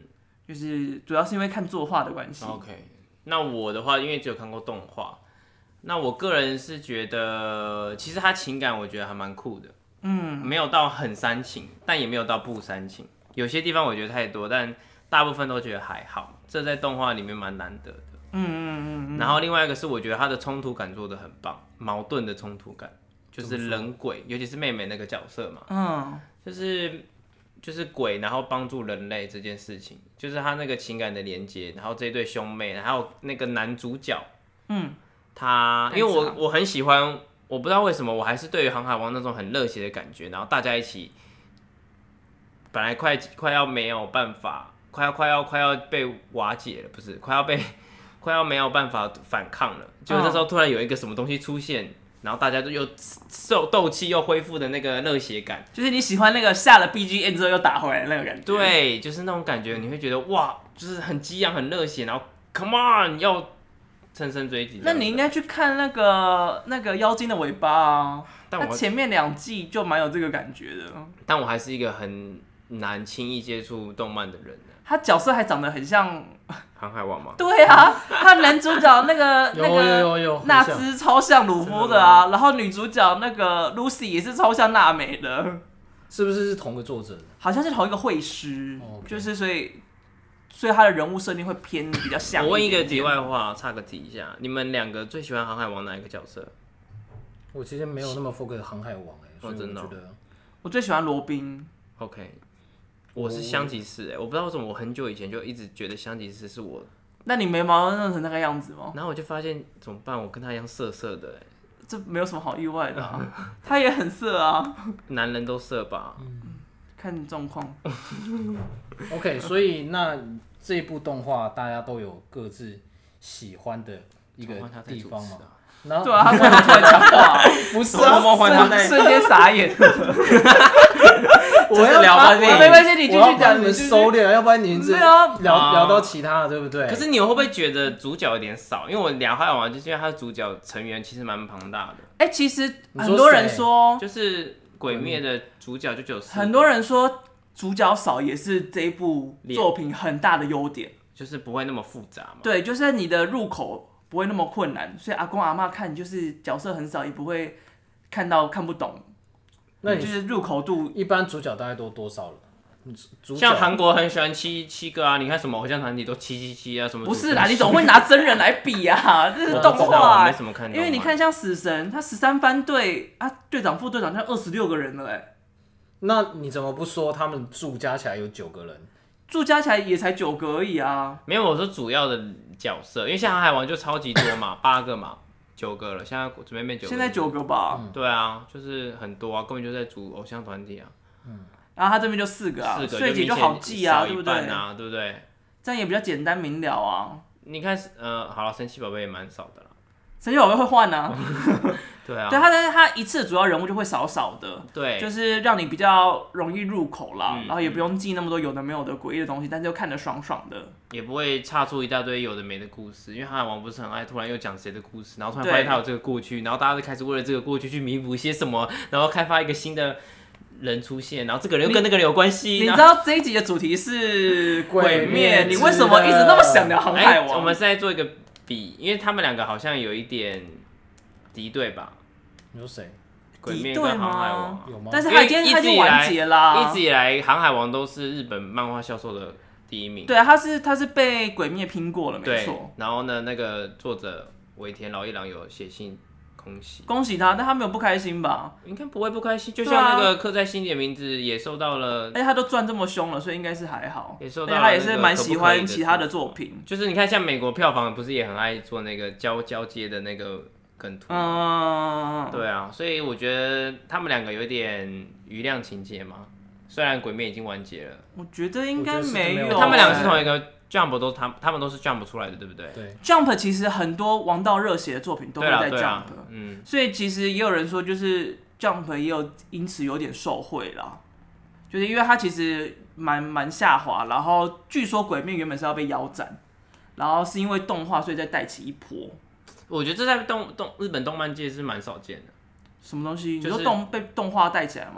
就是主要是因为看作画的关系。 OK， 那我的话，因为只有看过动画，那我个人是觉得，其实他情感我觉得还蛮酷的，没有到很煽情，但也没有到不煽情，有些地方我觉得太多，但大部分都觉得还好，这在动画里面蛮难得的。然后另外一个是我觉得他的冲突感做得很棒，矛盾的冲突感，就是人鬼，尤其是妹妹那个角色嘛，就是鬼，然后帮助人类这件事情，就是他那个情感的连接，然后这一对兄妹，还有那个男主角，他因为我很喜欢，我不知道为什么，我还是对于航海王那种很热血的感觉，然后大家一起，本来快要没有办法，快要被瓦解了，不是快要没有办法反抗了，结果那时候突然有一个什么东西出现。然后大家都又斗气又恢复的那个热血感， 就是你喜欢那个下了 BGM 之后又打回来的那个感觉。 对，就是那种感觉，你会觉得哇，就是很激昂、很热血，然后 come on 要乘胜追击。 那你应该去看那个妖精的尾巴啊，它前面2季就蛮有这个感觉的。 但我还是一个很难轻易接触动漫的人。 他角色还长得很像航海王吗？ 对啊，他男主角那个有纳兹超像鲁夫的啊，然后女主角那个 Lucy 也是超像娜美的， 是不是同个作者？ 好像是同一个绘师，就是所以他的人物设定会偏比较像。 我问一个题外话，岔个题一下，你们2个最喜欢航海王哪一个角色？ 我其实没有那么 focus 航海王所以我觉得我最喜欢罗宾。 OK。我是香吉士我不知道为什么我很久以前就一直觉得香吉士是我。 那你眉毛弄成那个样子吗？ 然后我就发现怎么办？我跟他一样色色的这没有什么好意外的啊，他也很色啊。 男人都色吧？ 看状况。 OK， 所以那这部动画大家都有各自喜欢的一个地方吗？然后对啊，他突然讲话， 不是啊， 瞬间傻眼。 我要聊半天， 没关系，你继续讲， 你们收敛，要不然你们聊到其他的，对不对？ 可是你会不会觉得主角有点少？因为我聊海王就是因为他的主角成员其实蛮庞大的。 其实很多人说， 就是鬼灭的主角就只有4个， 很多人说主角少也是这一部作品很大的优点， 就是不会那么复杂嘛。 对，就是你的入口不会那么困难，所以阿公阿嬷看就是角色很少，也不会看不懂。那就是入口度， 一般主角大概都多少了？ 像韩国很喜欢七个啊，你看什么偶像团体都777啊，什么不是啦，你总会拿真人来比啊，这是动画， 没什么看动画。 因为你看像死神，他13番队啊，队长副队长就26个人了那你怎么不说他们驻加起来有9个人？ 驻加起来也才9个而已啊。 没有，我说主要的角色，因为像航海王就超级多嘛，8个嘛。9个了，现在准备变9个。 现在9个吧。 对啊，就是很多啊，根本就在组偶像团体啊。 然后他这边就4个啊，所以就好记啊，对不对？ 对不对？ 这样也比较简单明了啊。 你看，好了，神奇宝贝也蛮少的啦。 神奇宝贝会换啊。 对啊。 对，他一次的主要人物就会少少的。 对。 就是让你比较容易入口啦，然后也不用记那么多有的没有的诡异的东西，但是又看得爽爽的。也不会岔出一大堆有的没的故事，因为航海王不是很爱突然又讲谁的故事，然后突然发现他有这个过去，然后大家就开始为了这个过去去弥补一些什么，然后开发一个新的人出现，然后这个人又跟那个人有关系。 你知道这一集的主题是鬼灭，你为什么一直那么想聊航海王？ 我们是在做一个比，因为他们2个好像有一点敌对吧？ 有谁？ 鬼灭跟航海王有吗？ 但是他已经完结啦。 一直以来，航海王都是日本漫画销售的第1名。 对啊，他是被鬼灭拼过了，没错。 然后呢，那个作者尾田老一郎有写信恭喜他，但他没有不开心吧？ 应该不会不开心，就像那个刻在心底的名字也受到了， 而且他都赚这么凶了，所以应该是还好。 也受到了， 他也是蛮喜欢其他的作品。 就是你看，像美国票房不是也很爱做那个交接的那个梗图？对啊，所以我觉得他们2个有点余量情节嘛。虽然鬼灭已经完结了， 我觉得应该没有。 他们2个是同一个 Jump 都他们都是 Jump 出来的，对不对？ 对。 Jump 其实很多王道热血的作品都会在 Jump，所以其实也有人说，就是 Jump 也有因此有点受惠啦，就是因为它其实蛮下滑，然后据说鬼灭原本是要被腰斩，然后是因为动画所以再带起一波。 我觉得这在日本动漫界是蛮少见的。 什么东西？你说被动画带起来吗？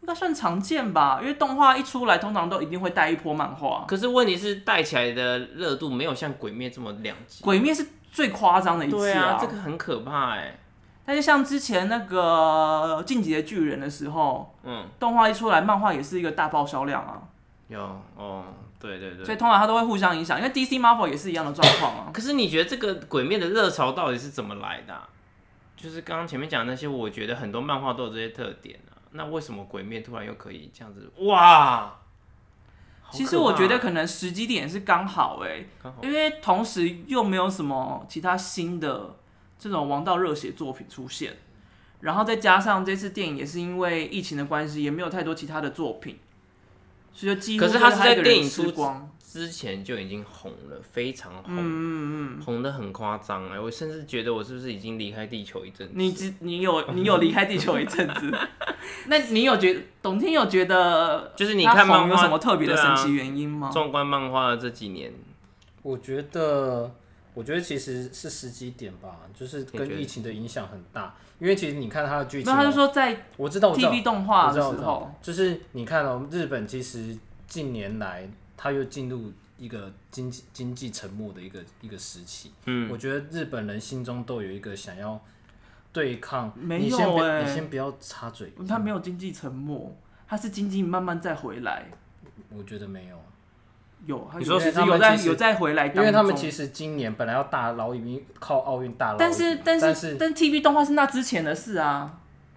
应该算常见吧，因为动画一出来，通常都一定会带一波漫画。 可是问题是带起来的热度没有像鬼灭这么两极。 鬼灭是最夸张的一次对啊，这个很可怕但是像之前那个进击的巨人的时候，动画一出来，漫画也是一个大爆销量啊。 有哦，对对对。 所以通常它都会互相影响，因为 DC、Marvel 也是一样的状况啊。 可是你觉得这个鬼灭的热潮到底是怎么来的就是刚刚前面讲的那些，我觉得很多漫画都有这些特点那为什么鬼灭突然又可以这样子？哇！ 其实我觉得可能时机点是刚好因为同时又没有什么其他新的这种王道热血作品出现，然后再加上这次电影也是因为疫情的关系，也没有太多其他的作品，所以就几乎可是他是在电影出光之前就已经红了，非常红，红得很夸张我甚至觉得我是不是已经离开地球一阵子？ 你有离开地球一阵子？那你有觉得董天有觉得就是你看漫画有什么特别的神奇原因吗？ 纵观漫画的这几年， 我觉得其实是时机点吧，就是跟疫情的影响很大。因为其实你看它的剧情， 他就说在我知道 TV 动画的时候， 就是你看日本其实近年来它又进入一个经济沉没的一个时期。我觉得日本人心中都有一个想要对抗。 没有你先不要插嘴。 他没有经济沉没，他是经济慢慢再回来。 我觉得没有。 你说有再回来当中， 因为他们其实今年本来要大捞一笔，靠奥运大捞。但是 TV 动画是那之前的事啊。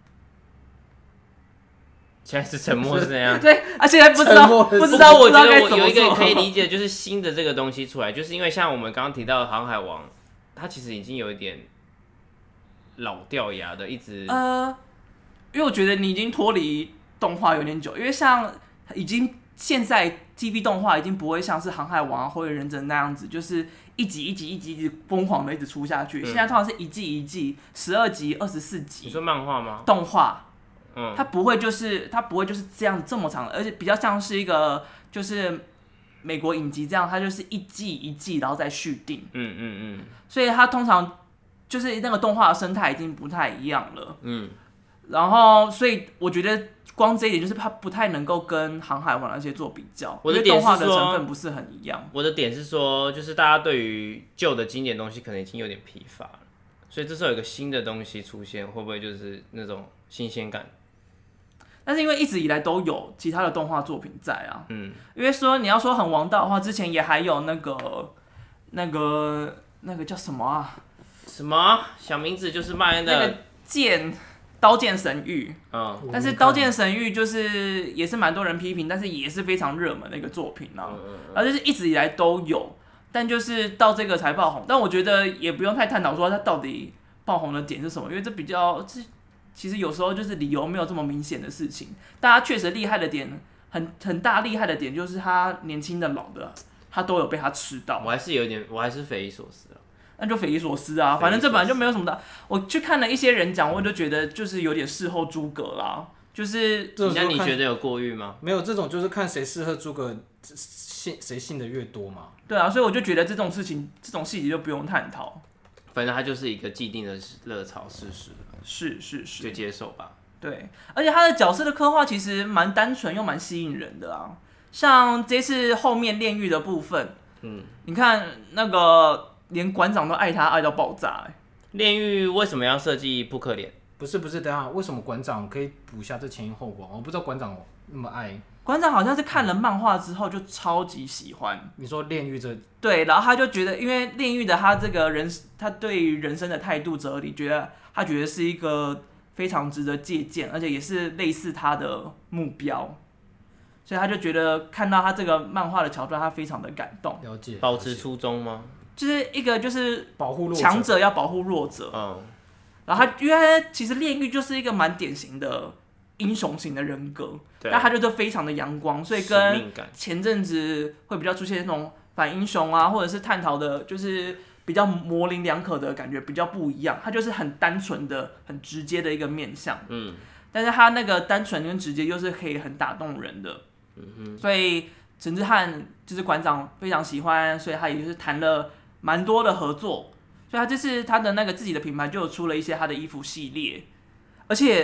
现在是沉默是怎样？ 对啊，现在不知道， 我觉得我有一个可以理解，就是新的这个东西出来，就是因为像我们刚刚提到的《航海王》，它其实已经有一点老掉牙的，一直因为我觉得你已经脱离动画有点久，因为像现在 TV 动画已经不会像是《航海王》啊、《火影忍者》那样子，就是一集疯狂的一直出下去。现在通常是一季12集、24集。 你说漫画吗？ 动画，它不会就是这样这么长的，而且比较像是一个就是美国影集这样，它就是一季然后再续订。所以它通常就是那个动画的生态已经不太一样了。然后所以我觉得。光这一点就是它不太能够跟《航海王》那些做比较， 我的点是说因为动画的成分不是很一样。 我的点是说，就是大家对于旧的经典东西可能已经有点疲乏了，所以这时候有一个新的东西出现，会不会就是那种新鲜感？ 但是因为一直以来都有其他的动画作品在啊，因为说你要说很王道的话，之前也还有那个叫什么啊？ 什么小名字就是迈恩的那个刀剑神域，但是刀剑神域就是也是蛮多人批评，但是也是非常热门的一个作品然后就是一直以来都有，但就是到这个才爆红。但我觉得也不用太探讨说它到底爆红的点是什么，因为这其实有时候就是理由没有这么明显的事情。大家确实厉害的点很大厉害的点就是他年轻的老的他都有被他吃到。 我还是匪夷所思了。 那就匪夷所思啊，反正这本来就没有什么的。我去看了一些人讲，我就觉得就是有点事后诸葛啦，就是那你觉得有过誉吗？ 没有，这种就是看谁适合诸葛，谁信的越多嘛。 对啊，所以我就觉得这种事情，这种细节就不用探讨。 反正它就是一个既定的热潮事实， 是， 就接受吧。 对，而且他的角色的刻画其实蛮单纯又蛮吸引人的啊。像这次后面炼狱的部分，你看那个。连馆长都爱他爱到爆炸炼狱为什么要设计扑克脸？ 不是，等一下为什么馆长可以补下这前因后果？我不知道馆长那么爱。 馆长好像是看了漫画之后就超级喜欢。 你说炼狱对，然后他就觉得，因为炼狱的他这个人，他对于人生的态度哲理，他觉得是一个非常值得借鉴，而且也是类似他的目标。所以他就觉得看到他这个漫画的桥段，他非常的感动。 了解。 保持初衷吗？ 就是一个就是保护强者要保护弱者，然后因为他其实炼狱就是一个蛮典型的英雄型的人格，但他就是非常的阳光，所以跟前阵子会比较出现那种反英雄啊，或者是探讨的，就是比较模棱两可的感觉比较不一样。他就是很单纯的、很直接的一个面向，但是他那个单纯跟直接又是可以很打动人的，所以陈之汉就是馆长非常喜欢，所以他也就是谈了。蛮多的合作，所以他这次他的那个自己的品牌就有出了一些他的衣服系列，而且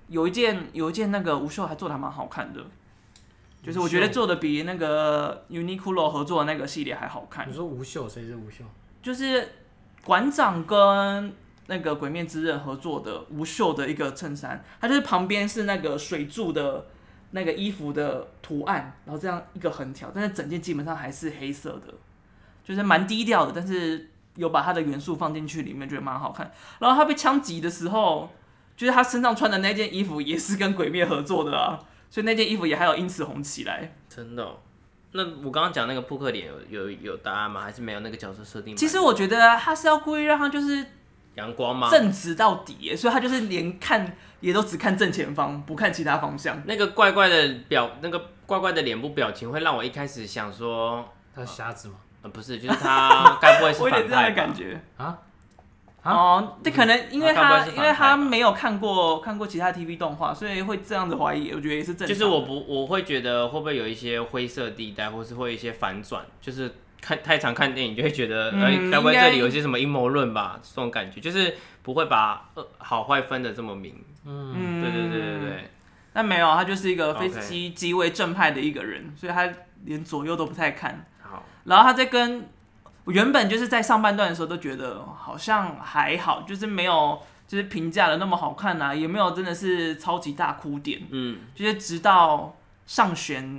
有一件那个无袖还做的还蛮好看的，就是我觉得做的比那个 Uniqlo 合作的那个系列还好看。 你说无袖，谁是无袖？ 就是馆长跟那个鬼灭之刃合作的无袖的一个衬衫，它就是旁边是那个水柱的那个衣服的图案，然后这样一个横条，但是整件基本上还是黑色的，就是蛮低调的，但是有把它的元素放进去里面，觉得蛮好看。然后他被枪击的时候，就是他身上穿的那件衣服也是跟鬼灭合作的啊，所以那件衣服也还有因此红起来。 真的哦。那我刚刚讲那个扑克脸有答案吗？还是没有那个角色设定？ 其实我觉得他是要故意让他就是阳光吗？ 正直到底耶，所以他就是连看也都只看正前方，不看其他方向。 那个怪怪的脸部表情，会让我一开始想说他是瞎子吗？ 不是，就是他该不会是我有点这样反派吧？ 的感觉啊？ 哦，这可能因为他他没有看过其他 TV 动画，所以会这样子怀疑，我觉得也是正常的。 就是我会觉得会不会有一些灰色地带，或是会有一些反转，就是太常看电影就会觉得，该不会这里有一些什么阴谋论吧？这种感觉就是不会把好坏分得这么明。对。 但没有，他就是一个极为正派的一个人，所以他连左右都不太看。 好， 然后他在跟我原本就是在上半段的时候都觉得好像还好，就是没有就是评价的那么好看啊，也没有真的是超级大哭点。就是直到上弦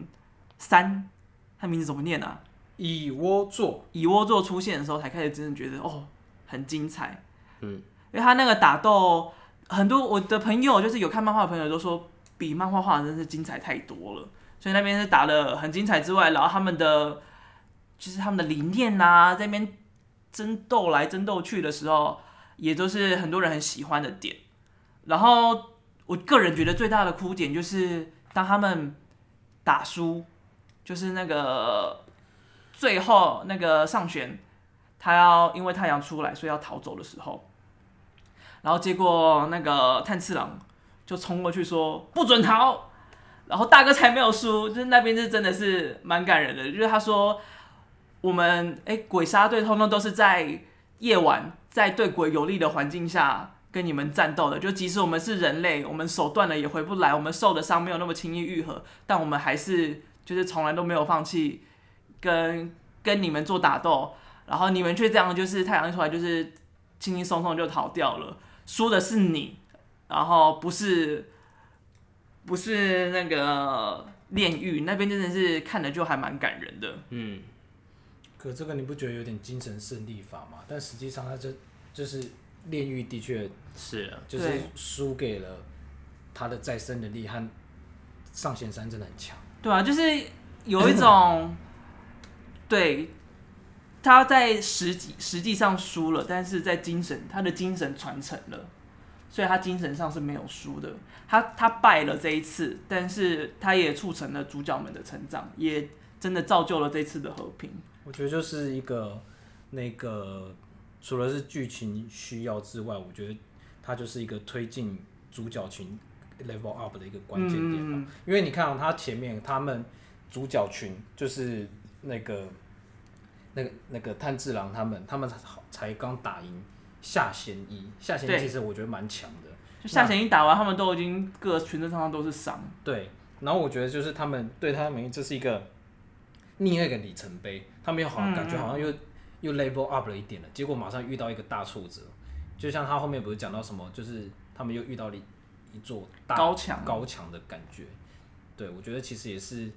3，他名字怎么念啊？ 蚁窝座出现的时候，才开始真的觉得很精彩。 因为他那个打斗，很多我的朋友就是有看漫画的朋友都说，比漫画画的真是精彩太多了。所以那边是打得很精彩之外，然后他们的理念啊，在那边争斗来争斗去的时候，也都是很多人很喜欢的点。然后我个人觉得最大的哭点就是当他们打输，就是那个最后那个上弦，他要因为太阳出来，所以要逃走的时候，然后结果那个炭治郎就冲过去说不准逃，然后大哥才没有输，就是那边是真的是蛮感人的，就是他说我们鬼杀队通通都是在夜晚在对鬼有利的环境下跟你们战斗的，就即使我们是人类，我们手断了也回不来，我们受的伤没有那么轻易愈合，但我们还是就是从来都没有放弃跟你们做打斗，然后你们却这样就是太阳一出来就是轻轻松松就逃掉了，输的是你，然后不是那个炼狱那边真的是看的就还蛮感人的。 可这个你不觉得有点精神胜利法吗？但实际上他就是炼狱的确是就是输给了他的再生能力和上弦山真的很强。 对啊，就是有一种对他在实际上输了，但是在他的精神传承了，所以他精神上是没有输的。他败了这一次，但是他也促成了主角们的成长，也真的造就了这次的和平。 我觉得就是一个那个除了是剧情需要之外，我觉得它就是一个推进主角群 level up 的一个关键点吧。因为你看他前面他们主角群就是那个炭治郎他们才刚打赢下弦一其实我觉得蛮强的。 就下弦一打完，他们都已经各全身上都是伤。 对，然后我觉得就是他们对他们这是一个另外一个里程碑，他们好像感觉好像又 level up 了一点了，结果马上遇到一个大挫折，就像他后面不是讲到什么，就是他们又遇到了一座高墙的感觉。对，我觉得其实也是，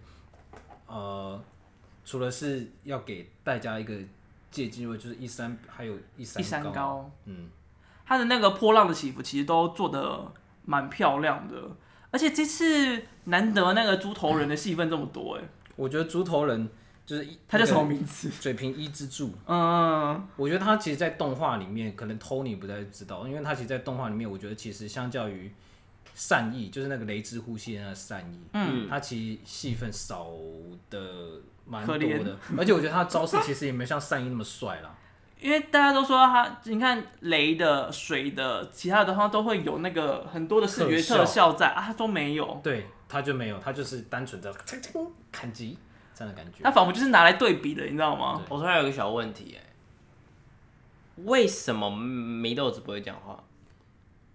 除了是要给大家一个借鉴，就是还有一山高， 他的那个波浪的起伏其实都做得蛮漂亮的，而且这次难得那个猪头人的戏份这么多我觉得猪头人就是他叫什么名字？ 水平一之助。我觉得他其实，在动画里面，可能 Tony 不太知道，因为他其实，在动画里面，我觉得其实相较于善意，就是那个雷之呼吸的那个善意，他其实戏份少的蛮多的，而且我觉得他的招式其实也没像善意那么帅啦。 因为大家都说他，你看雷的、水的，其他的话都会有那个很多的视觉特效在啊，他都没有。 对，他就没有，他就是单纯的砍击这样的感觉。 他仿佛就是拿来对比的，你知道吗？ 我突然有个小问题为什么祢豆子不会讲话？ 因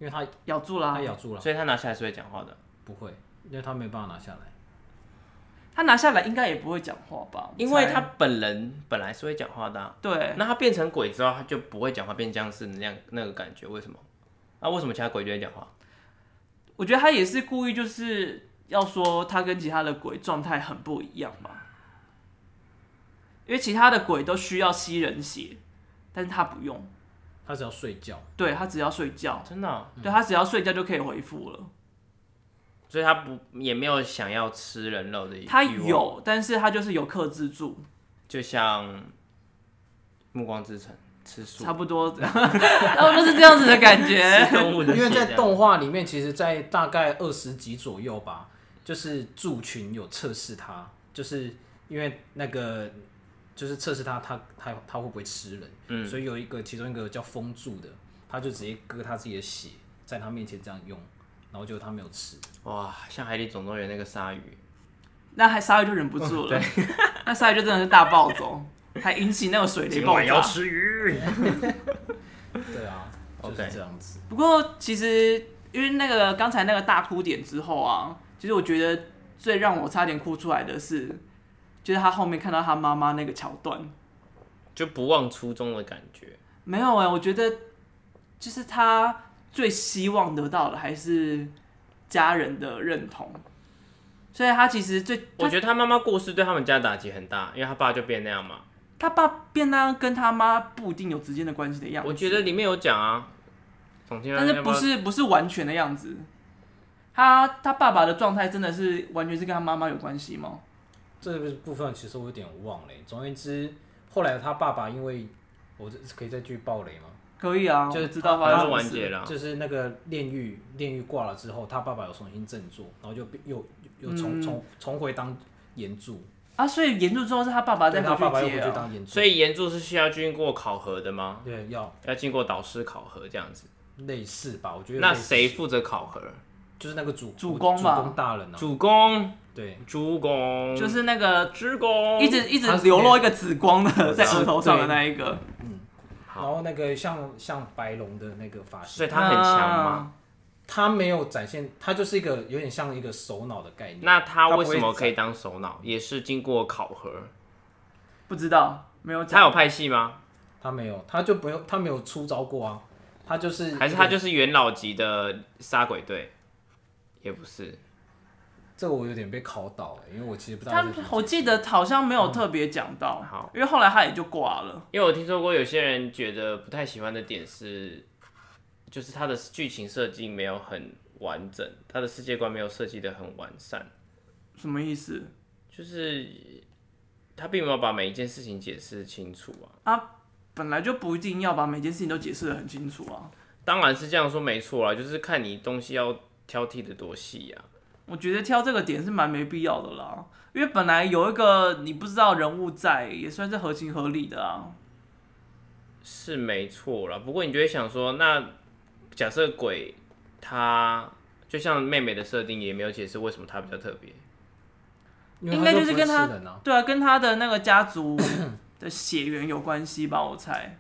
因为他咬住了， 他咬住了， 所以他拿下来是会讲话的。 不会，因为他没办法拿下来。 他拿下来应该也不会讲话吧？ 因为他本人本来是会讲话的、啊。 对。 那他变成鬼之后，他就不会讲话，变僵尸那个感觉，为什么？啊，为什么其他鬼就会讲话？ 我觉得他也是故意，就是要说他跟其他的鬼状态很不一样吧。因为其他的鬼都需要吸人血，但是他不用。 他只要睡觉。 对，他只要睡觉。 真的、哦？ 对，他只要睡觉就可以恢复了。 所以他也没有想要吃人肉的欲望。 他有，但是他就是有克制住。 就像《暮光之城》吃素， 差不多，然后就是这样子的感觉。 因为在动画里面，其实，在大概20集左右吧，就是驻群有测试他，就是因为那个就是测试他会不会吃人，所以其中一个叫风柱的，他就直接割他自己的血，在他面前这样用，然后结果他没有吃。 哇，像《海底总动员》那个鲨鱼， 那鲨鱼就忍不住了，那鲨鱼就真的是大暴走，还引起那个水雷爆炸。 要吃鱼。 对啊，就是这样子。 不过其实因为那个刚才那个大哭点之后啊，其实我觉得最让我差点哭出来的是，就是他后面看到他妈妈那个桥段， 就不忘初衷的感觉。 没有我觉得就是他最希望得到的还是家人的认同，所以他其实我觉得他妈妈过世对他们家打击很大，因为他爸就变那样嘛。 他爸变那样跟他妈不一定有直接的关系的样子。 我觉得里面有讲啊， 但是不是完全的样子。他爸爸的状态真的是完全是跟他妈妈有关系吗？ 这个部分其实我有点忘了。总而言之，后来他爸爸因为我可以再继续爆雷吗？ 可以啊， 就是知道发生什么完结了。 就是那个炼狱挂了之后，他爸爸有重新振作，然后就又重回当岩柱。 啊，所以岩柱之后是他爸爸再回去接当岩柱。 所以岩柱是需要经过考核的吗？ 对，要经过导师考核这样子。 类似吧，我觉得。 那谁负责考核？ 就是那个主公吧， 主公大人啊。 主公。 对， 主公就是那个职工， 一直流落一个紫光的在额头上的那一个。 然后那个像白龙的那个发型， 所以他很强吗？ 他没有展现，他就是一个有点像一个首脑的概念。 那他为什么可以当首脑？也是经过考核。 不知道，没有讲。 他有派系吗？ 他没有，他就不用，他没有出招过啊。他就是还是他就是元老级的杀鬼队，也不是。 这个我有点被考倒因为我其实不知道。 我记得好像没有特别讲到，因为后来他也就挂了。 因为我听说过有些人觉得不太喜欢的点是，就是他的剧情设计没有很完整，他的世界观没有设计的很完善。 什么意思？ 就是他并没有把每一件事情解释清楚啊。 本来就不一定要把每件事情都解释得很清楚啊。 当然是这样说没错啦，就是看你东西要挑剔的多细啊。 我觉得挑这个点是蛮没必要的啦，因为本来有一个你不知道人物在，也算是合情合理的啊。 是没错啦，不过你就会想说，那假设鬼他就像妹妹的设定，也没有解释为什么他比较特别。 应该就是跟他对啊，跟他的那个家族的血缘有关系吧，我猜。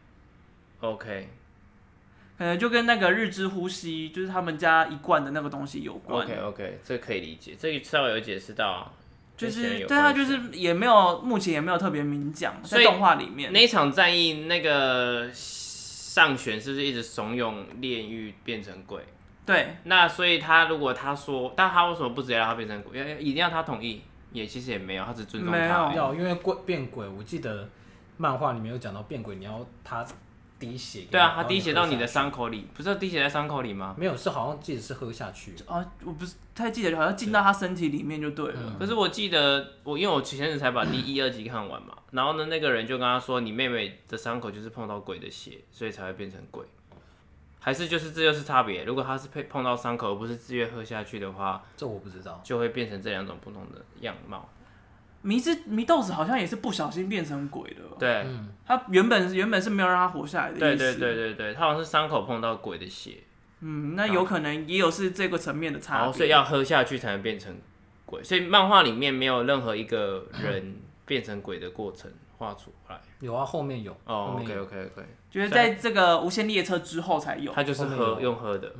OK。 可能就跟那个日之呼吸，就是他们家一贯的那个东西有关。 OK， 这可以理解，这稍微有解释到啊。 就是对他就是目前也没有特别明讲，在动画里面。 那一场战役，那个上弦是不是一直怂恿炼狱变成鬼？ 对。 那所以他如果他说，但他为什么不直接让他变成鬼？一定要他同意？其实也没有，他只尊重他。 没有， 因为变鬼，我记得漫画里面有讲到变鬼，你要他。滴血对啊，他滴血到你的伤口里，不是滴血在伤口里吗？ 没有，是好像记得是喝下去啊，我不是太记得，好像进到他身体里面就对了。 可是我记得因为我前阵子才把第1、2集看完嘛，然后呢，那个人就跟他说，你妹妹的伤口就是碰到鬼的血，所以才会变成鬼，还是这就是差别？如果他是碰到伤口而不是自愿喝下去的话， 这我不知道， 就会变成这两种不同的样貌。 祢豆子好像也是不小心变成鬼的。 对， 他原本是没有让他活下来的意思。 对，他好像是伤口碰到鬼的血。 那有可能也有是这个层面的差别。 所以要喝下去才能变成鬼。所以漫画里面没有任何一个人变成鬼的过程画出来。 有啊，后面有。 OK。 就是在这个无限列车之后才有。 他就是用喝的。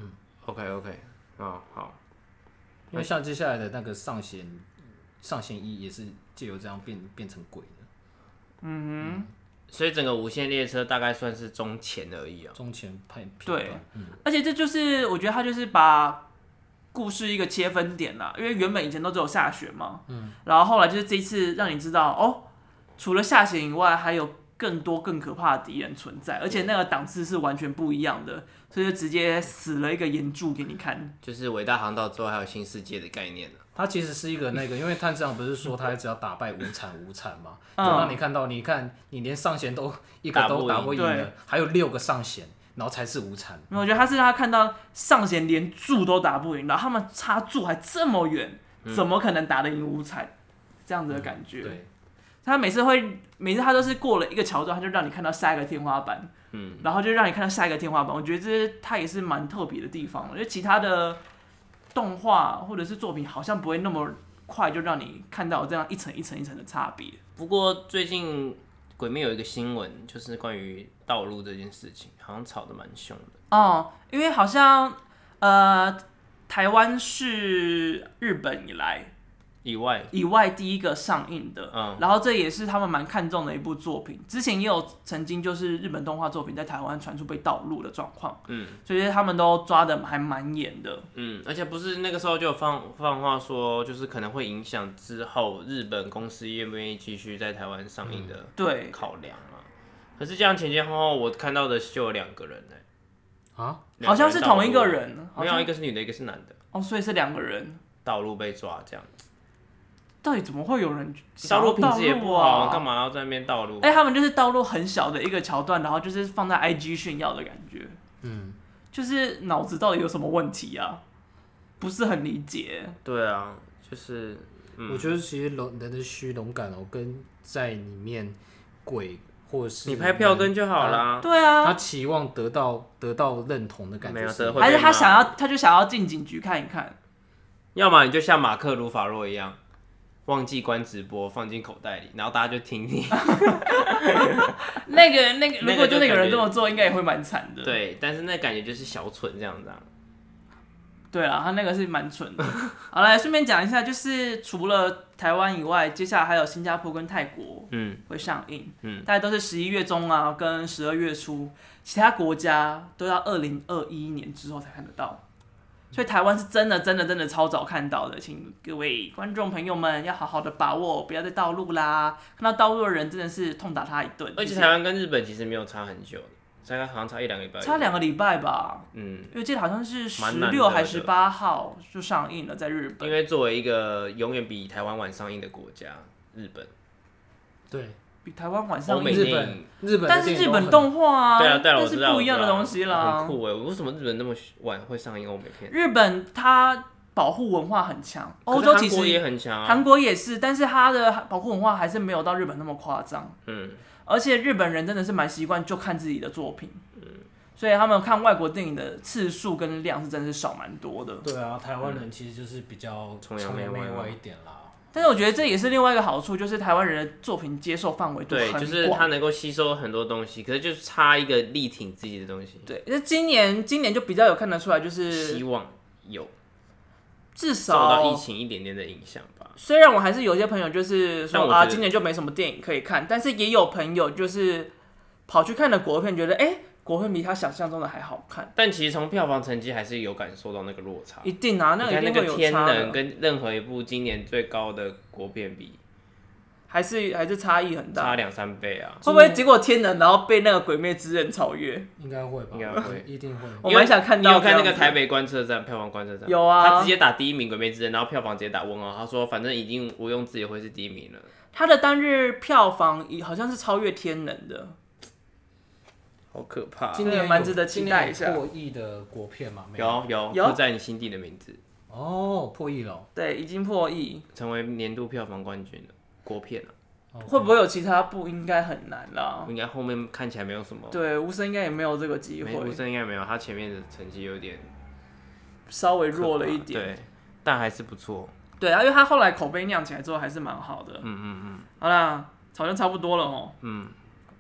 OK， 哦好， 因为像接下来的那个上弦一也是借由这样变成鬼的。 所以整个无限列车大概算是中前而已啊。 中前派对，而且这就是我觉得他就是把故事一个切分点啦，因为原本以前都只有下弦嘛，然后后来就是这一次让你知道哦，除了下弦以外，还有更多更可怕的敌人存在，而且那个档次是完全不一样的，所以就直接死了一个岩柱给你看， 就是伟大航道之后还有新世界的概念了。 它其实是一个那个，因为探长不是说他只要打败无惨嘛，就让你看到，你看你连上弦都一个都打不赢了，还有6个上弦，然后才是无惨。 我觉得他是让他看到上弦连柱都打不赢，然后他们差柱还这么远，怎么可能打得赢无惨？这样子的感觉。 对， 他每次他都是过了一个桥段，他就让你看到下一个天花板，然后就让你看到下一个天花板。我觉得他也是蛮特别的地方，因为其他的动画或者是作品好像不会那么快就让你看到这样一层一层一层的差别。 不过最近《鬼灭》有一个新闻，就是关于道路这件事情，好像吵得蛮凶的。 哦，因为好像台湾是日本以外第一个上映的，然后这也是他们蛮看重的一部作品。之前也有曾经就是日本动画作品在台湾传出被盗录的状况，所以他们都抓的还蛮严的， 而且不是那个时候就有放话说，就是可能会影响之后日本公司愿不愿意继续在台湾上映的考量啊。可是这样前前后后我看到的就有2个人好像是同一个人， 没有，一个是女的，一个是男的。 哦，所以是2个人道路被抓这样子。 到底怎么会有人道路品质也不好，干嘛要在那边道路？ 他们就是道路很小的一个桥段，然后就是放在 IG 炫耀的感觉，就是脑子到底有什么问题啊？不是很理解。 对啊，就是， 我觉得其实人的虚荣感跟在里面鬼或者是你拍票根就好啦。 对啊， 他期望得到认同的感觉， 还是他就想要进警局看一看？ 要么你就像马克·鲁法洛一样。忘记关直播，放进口袋里，然后大家就听你。 那个，如果真的有人这么做，应该也会蛮惨的。 对，但是那感觉就是小蠢这样子啊。 对啊，他那个是蛮蠢的。好，来顺便讲一下，就是除了台湾以外，接下来还有新加坡跟泰国会上映，大概都是11月中啊跟12月初，其他国家都要2021年之后才看得到。所以台湾是真的超早看到的，请各位观众朋友们要好好的把握，不要再盗录啦！看到盗录的人真的是痛打他一顿。 而且台湾跟日本其实没有差很久，大概好像差1-2个礼拜。 差2个礼拜吧。因为记得好像是16还18号就上映了，在日本。 因为作为一个永远比台湾晚上映的国家，日本。 对。 比台湾晚上映日本， 但是日本动画对啊， 那是不一样的东西啦。 很酷哎，为什么日本那么晚会上映欧美片？ 日本它保护文化很强，欧洲其实也很强， 韩国也是，但是它的保护文化还是没有到日本那么夸张。而且日本人真的是蛮习惯就看自己的作品，所以他们看外国电影的次数跟量是真的是少蛮多的。 对啊，台湾人其实就是比较崇洋媚外一点啦。 但是我觉得这也是另外一个好处，就是台湾人的作品接受范围度很广， 对，就是他能够吸收很多东西，可是就是差一个力挺自己的东西。 对，那今年就比较有看得出来，就是希望有， 至少受到疫情一点点的影响吧。 虽然我还是有些朋友就是说今年就没什么电影可以看，但是也有朋友就是跑去看了国片，觉得国片比他想象中的还好看， 但其实从票房成绩还是有感受到那个落差。 一定啊，那个一定会有差的。 天能跟任何一部今年最高的国片比， 还是差异很大， 差2-3倍啊！ 会不会结果天能然后被那个鬼灭之刃超越？ 应该会吧， 应该会， 一定会。 我蛮想看到。 你有看那个台北观测站票房观测站？ 有啊， 他直接打第1名鬼灭之刃，然后票房直接打问号。他说反正已经毋庸置疑会是第1名了。 他的单日票房好像是超越天能的。 好可怕！ 今年蛮值得期待一下。 破亿的国片嘛？ 有刻在你心底的名字。 哦，破亿了。 对，已经破亿， 成为年度票房冠军了。国片啊， 会不会有其他部？应该很难啦。 应该后面看起来没有什么。 对，无声应该也没有这个机会。 无声应该没有，他前面的成绩有点稍微弱了一点。 对，但还是不错。 对啊，因为他后来口碑酿起来之后还是蛮好的。好啦，好像差不多了哦。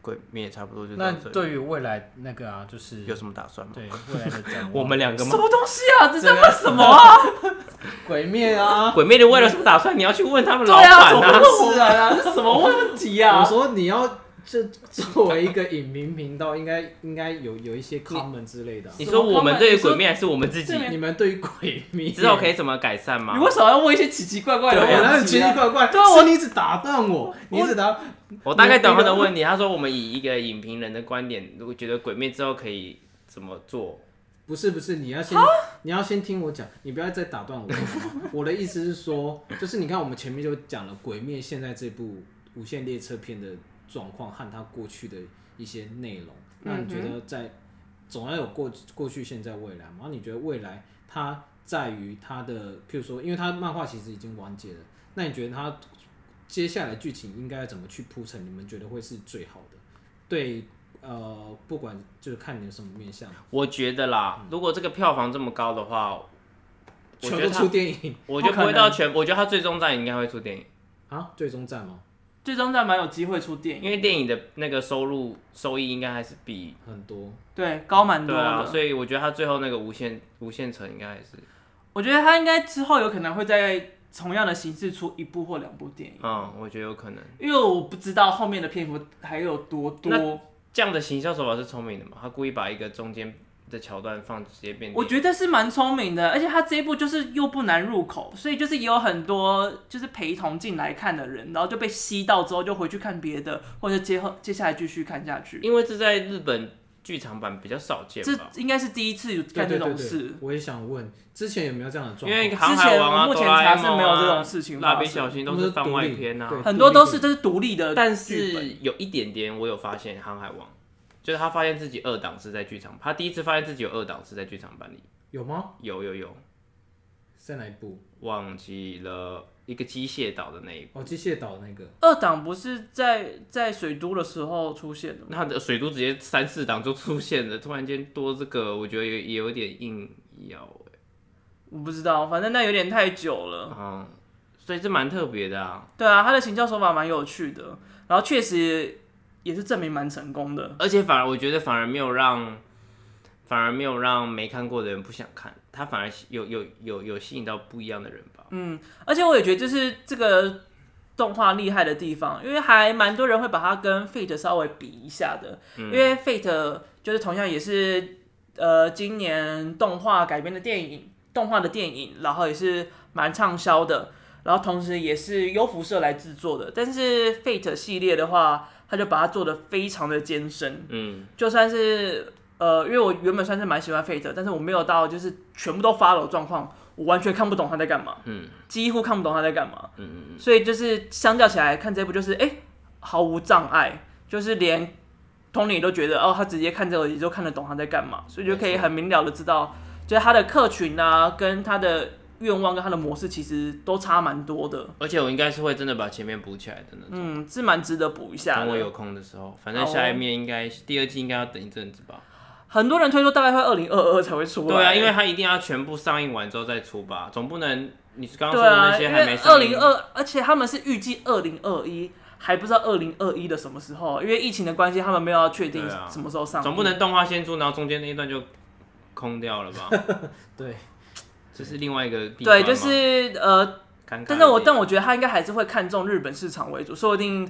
鬼灭差不多就到那这里。 对于未来那个啊，就是有什么打算吗？ 对未来的展望， 我们两个吗什？么东西啊？这在问什么啊？ 鬼灭啊， 鬼灭的未来有什么打算？你要去问他们老对啊，怎板啊。 么问我们啊？这什么问题啊？ 我说你要这作为一个影评频道，应该有一些 comment 之类的啊。 你说我们对于鬼灭还是我们自己？ 你们对于鬼灭之后可以怎么改善吗你？为什么要问一些奇奇怪怪的问题啊？ 对，那很奇奇怪怪。 对啊是你一直打断我，你一直打。 我大概懂他的问题。他说我们以一个影评人的观点，如果觉得鬼灭之后可以怎么做？ 不是，你要先听我讲，你不要再打断我。我的意思是说，就是你看我们前面就讲了鬼灭现在这部无限列车篇的状况和它过去的一些内容。那你觉得总要有过去、现在、未来嘛？然后你觉得未来它在于它的，譬如说，因为它漫画其实已经完结了，那你觉得它接下来剧情应该要怎么去铺陈？你们觉得会是最好的？对。不管就是看你有什么面向， 我觉得啦，如果这个票房这么高的话，我觉得全部出电影， 我觉得不会到全，我觉得他最终战应该会出电影啊，最终战吗？ 最终战蛮有机会出电影， 因为电影的那个收益应该还是比很多， 对高蛮多的， 对啊，所以我觉得他最后那个无限城应该还是， 我觉得他应该之后有可能会在同样的形式出1部或2部电影， 我觉得有可能， 因为我不知道后面的篇幅还有多多。 这样的行销手法是聪明的嘛？他故意把一个中间的桥段直接变。 我觉得是蛮聪明的，而且他这一部就是又不难入口，所以就是也有很多就是陪同进来看的人，然后就被吸到之后就回去看别的，或者接下来继续看下去。 因为这在日本剧场版比较少见吧？ 这应该是第一次干这种事。 对，我也想问，之前有没有这样的状况？ 因为航海王啊、 目前查是没有这种事情发生。 蜡笔小新都是番外篇啊， 很多都是这是独立的， 但是有一点点我有发现，航海王就是他发现自己2档是在剧场，他第一次发现自己有2档是在剧场版里。 有吗？ 有， 在哪一部？ 忘记了，一个机械岛的那一部。 机械岛那个 2档不是在水都的时候出现的吗？ 那的水都直接3、4档就出现了，突然间多这个，我觉得也有点硬要我不知道，反正那有点太久了。 所以这蛮特别的啊。 对啊，他的行销手法蛮有趣的，然后确实也是证明蛮成功的。 而且我觉得反而没有让没看过的人不想看，他反而有吸引到不一样的人吧。 而且我也觉得就是这个动画厉害的地方，因为还蛮多人会把它跟 Fate 稍微比一下的，因为 Fate 就是同样也是今年动画改编的电影，然后也是蛮畅销的，然后同时也是优辐社来制作的，但是 Fate 系列的话，他就把它做得非常的艰深，就算是因为我原本算是蛮喜欢 Fate， 但是我没有到就是全部都 follow 状况，我完全看不懂他在干嘛，几乎看不懂他在干嘛，所以就是相较起来看这部就是毫无障碍，就是连 Tony 都觉得他直接看这个也就看得懂他在干嘛，所以就可以很明了的知道，就是他的客群啊跟他的愿望跟他的模式其实都差蛮多的， 而且我应该是会真的把前面补起来的那种。 是蛮值得补一下的。 等我有空的时候，反正下一面应该第2季应该要等一阵子吧。 很多人推说大概会2022才会出来。 对啊，因为它一定要全部上映完之后再出吧，总不能你刚刚说的那些还没上映。 而且他们是预计2021，还不知道2021的什么时候，因为疫情的关系，他们没有要确定什么时候上映。 总不能动画先出，然后中间那一段就空掉了吧？ 对。 这是另外一个地方。 对，就是但我觉得他应该还是会看重日本市场为主，说不定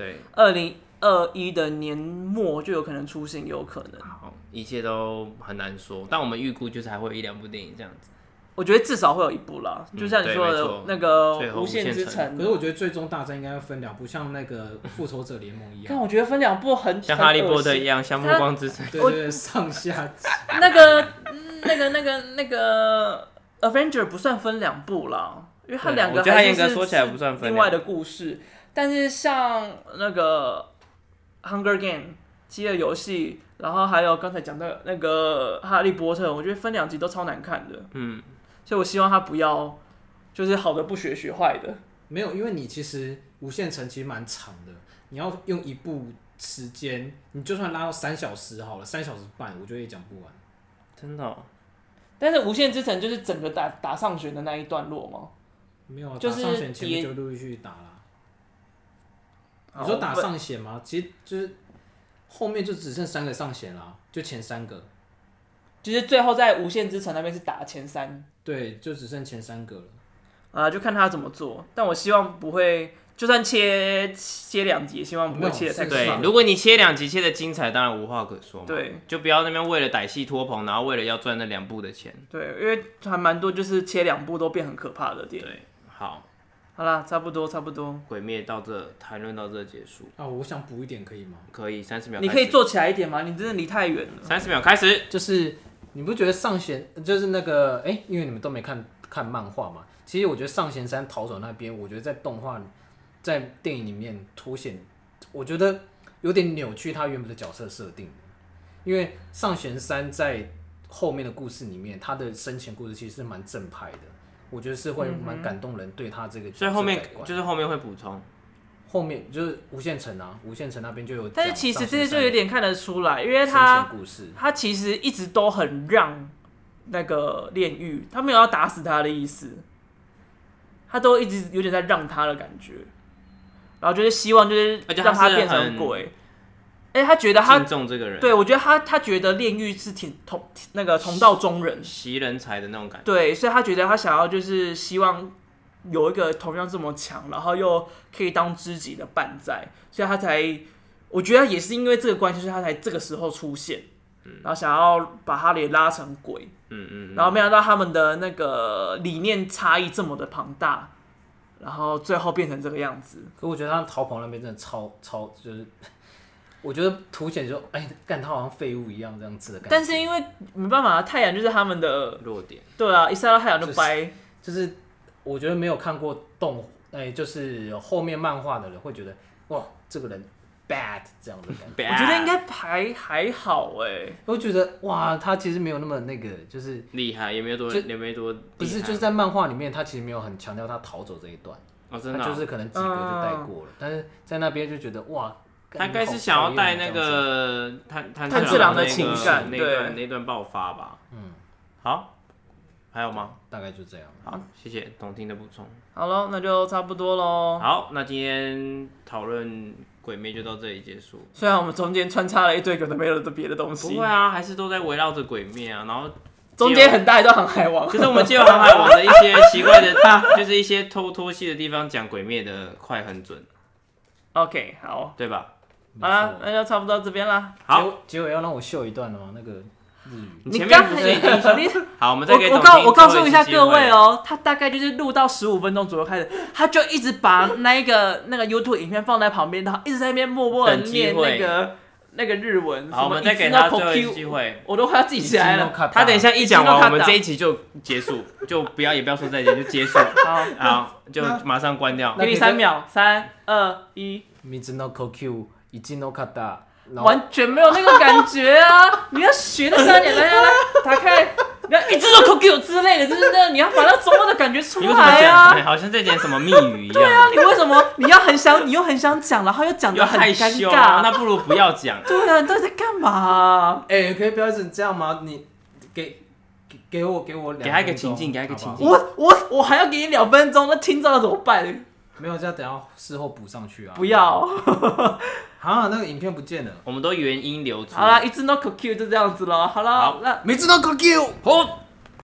2021的年末就有可能出现，有可能。 好，一切都很难说，但我们预估就是还会有1、2部电影这样子。 我觉得至少会有1部啦，就像你说的那个《无限之城》。 可是我觉得最终大战应该要分2部，像那个《复仇者联盟》一样。 但我觉得分2部很像《哈利波特》一样，像《暮光之城》。 对，上下集。 那个 Avenger 不算分2部啦，因为它2个还是另外的故事。但是像那个 Hunger Game 饥饿游戏，然后还有刚才讲的那个哈利波特，我觉得分2集都超难看的。所以我希望他不要就是好的不学坏的。 没有，因为你其实无限城其实蛮长的，你要用1部时间，你就算拉到3小时好了，3小时半，我觉得也讲不完。 真的。 但是无限之城就是整个打上弦的那一段落吗？ 没有， 就是打上弦前面就陆续打啦。你说打上弦吗？其实就是后面就只剩3个上弦啦，就前3个。 就是最后在无限之城那边是打前3， 对，就只剩前3个了。 就看他怎么做。但我希望不会，就算切2集，希望不会切得太对， 快。 如果你切2集切的精彩，当然无话可说嘛。 对， 就不要那边为了歹戏拖棚，然后为了要赚那2部的钱。 对，因为还蛮多就是切2部都变很可怕的电影。 对，好啦，差不多。 鬼灭谈论到这结束。 我想补一点可以吗？ 可以，30秒。 你可以坐起来一点吗？你真的离太远了。 30秒开始。 就是你不觉得上弦就是那个因为你们都没看漫画嘛？其实我觉得上弦山逃走那边，我觉得在动画、在电影里面凸显，我觉得有点扭曲他原本的角色设定。因为上弦山在后面的故事里面，他的生前故事其实是蛮正派的，我觉得是会蛮感动人对他这个角色。 所以后面会补充。 后面就是无限城啊，无限城那边就有。 但是其实这些就有点看得出来，因为他其实一直都很让那个炼狱，他没有要打死他的意思，他都一直有点在让他的感觉，然后就是希望就是让他变成鬼。他觉得他敬重这个人， 对，我觉得他觉得炼狱是那个同道中人， 习人才的那种感觉。 对，所以他觉得他想要就是希望有一个同样这么强，然后又可以当知己的伴在，所以他才，我觉得也是因为这个关系，所以他才这个时候出现，然后想要把哈雷拉成鬼，然后没想到他们的那个理念差异这么的庞大，然后最后变成这个样子。 可我觉得他逃跑那边真的超就是。我觉得凸显就干他好像废物一样这样子的感觉。 但是因为没办法，太阳就是他们的弱点。 对啊，一晒到太阳就掰。 就是我觉得没有看过就是后面漫画的人会觉得哇，这个人 bad 这样的感觉。 我觉得应该还好我觉得哇，他其实没有那么那个，就是厉害，也没有多。 不是，就是在漫画里面，他其实没有很强调他逃走这一段。 真的。 他就是可能几个就带过了，但是在那边就觉得哇。 他应该是想要带那个炭治郎的情感那段爆发吧。好，还有吗？ 大概就这样。 好，谢谢董听的补充。 好了，那就差不多喽。 好，那今天讨论鬼灭就到这里结束。 虽然我们中间穿插了一堆有的没有的别的东西， 不会啊，还是都在围绕着鬼灭啊，然后中间很大一段航海王， 就是我们借由航海王的一些奇怪的，就是一些偷戏的地方讲鬼灭的快很准。 OK， 好， 对吧？ 好了，那就差不多到这边啦。 好，结尾要让我秀一段了吗？那个日语。 你前面不是已经好，我们再给我告诉一下各位哦，他大概就是录到15分钟左右开始，他就一直把那个 YouTube 影片放在旁边，然后一直在那边默默的念那个日文。 好，我们再给他最后一次机会， 我都快要记起来了。 他等一下一讲完，我们这一集就结束，就也不要说再见，就结束。好，就马上关掉。 给你3秒，3、2、1。 水の呼吸。 完全没有那个感觉啊！你要学那3点，来，打开，你要一直都 QQ 之类的，就是那你要把那中文的感觉出来啊！ 好像在讲什么密语一样。 对啊，你为什么你又很想讲，然后又讲得很尴尬？ 那不如不要讲。 对啊，你到底在干嘛？ 可以不要一直这样吗？你给我2分钟， 给他一个情境，给他一个情境。 我还要给你2分钟，那听众要怎么办？ 没有，这样等下事后补上去啊！ 不要。 那个影片不见了， 我们都原音流出。 好了，一直no QQ 就这样子了。好了，那每次都 QQ。 好。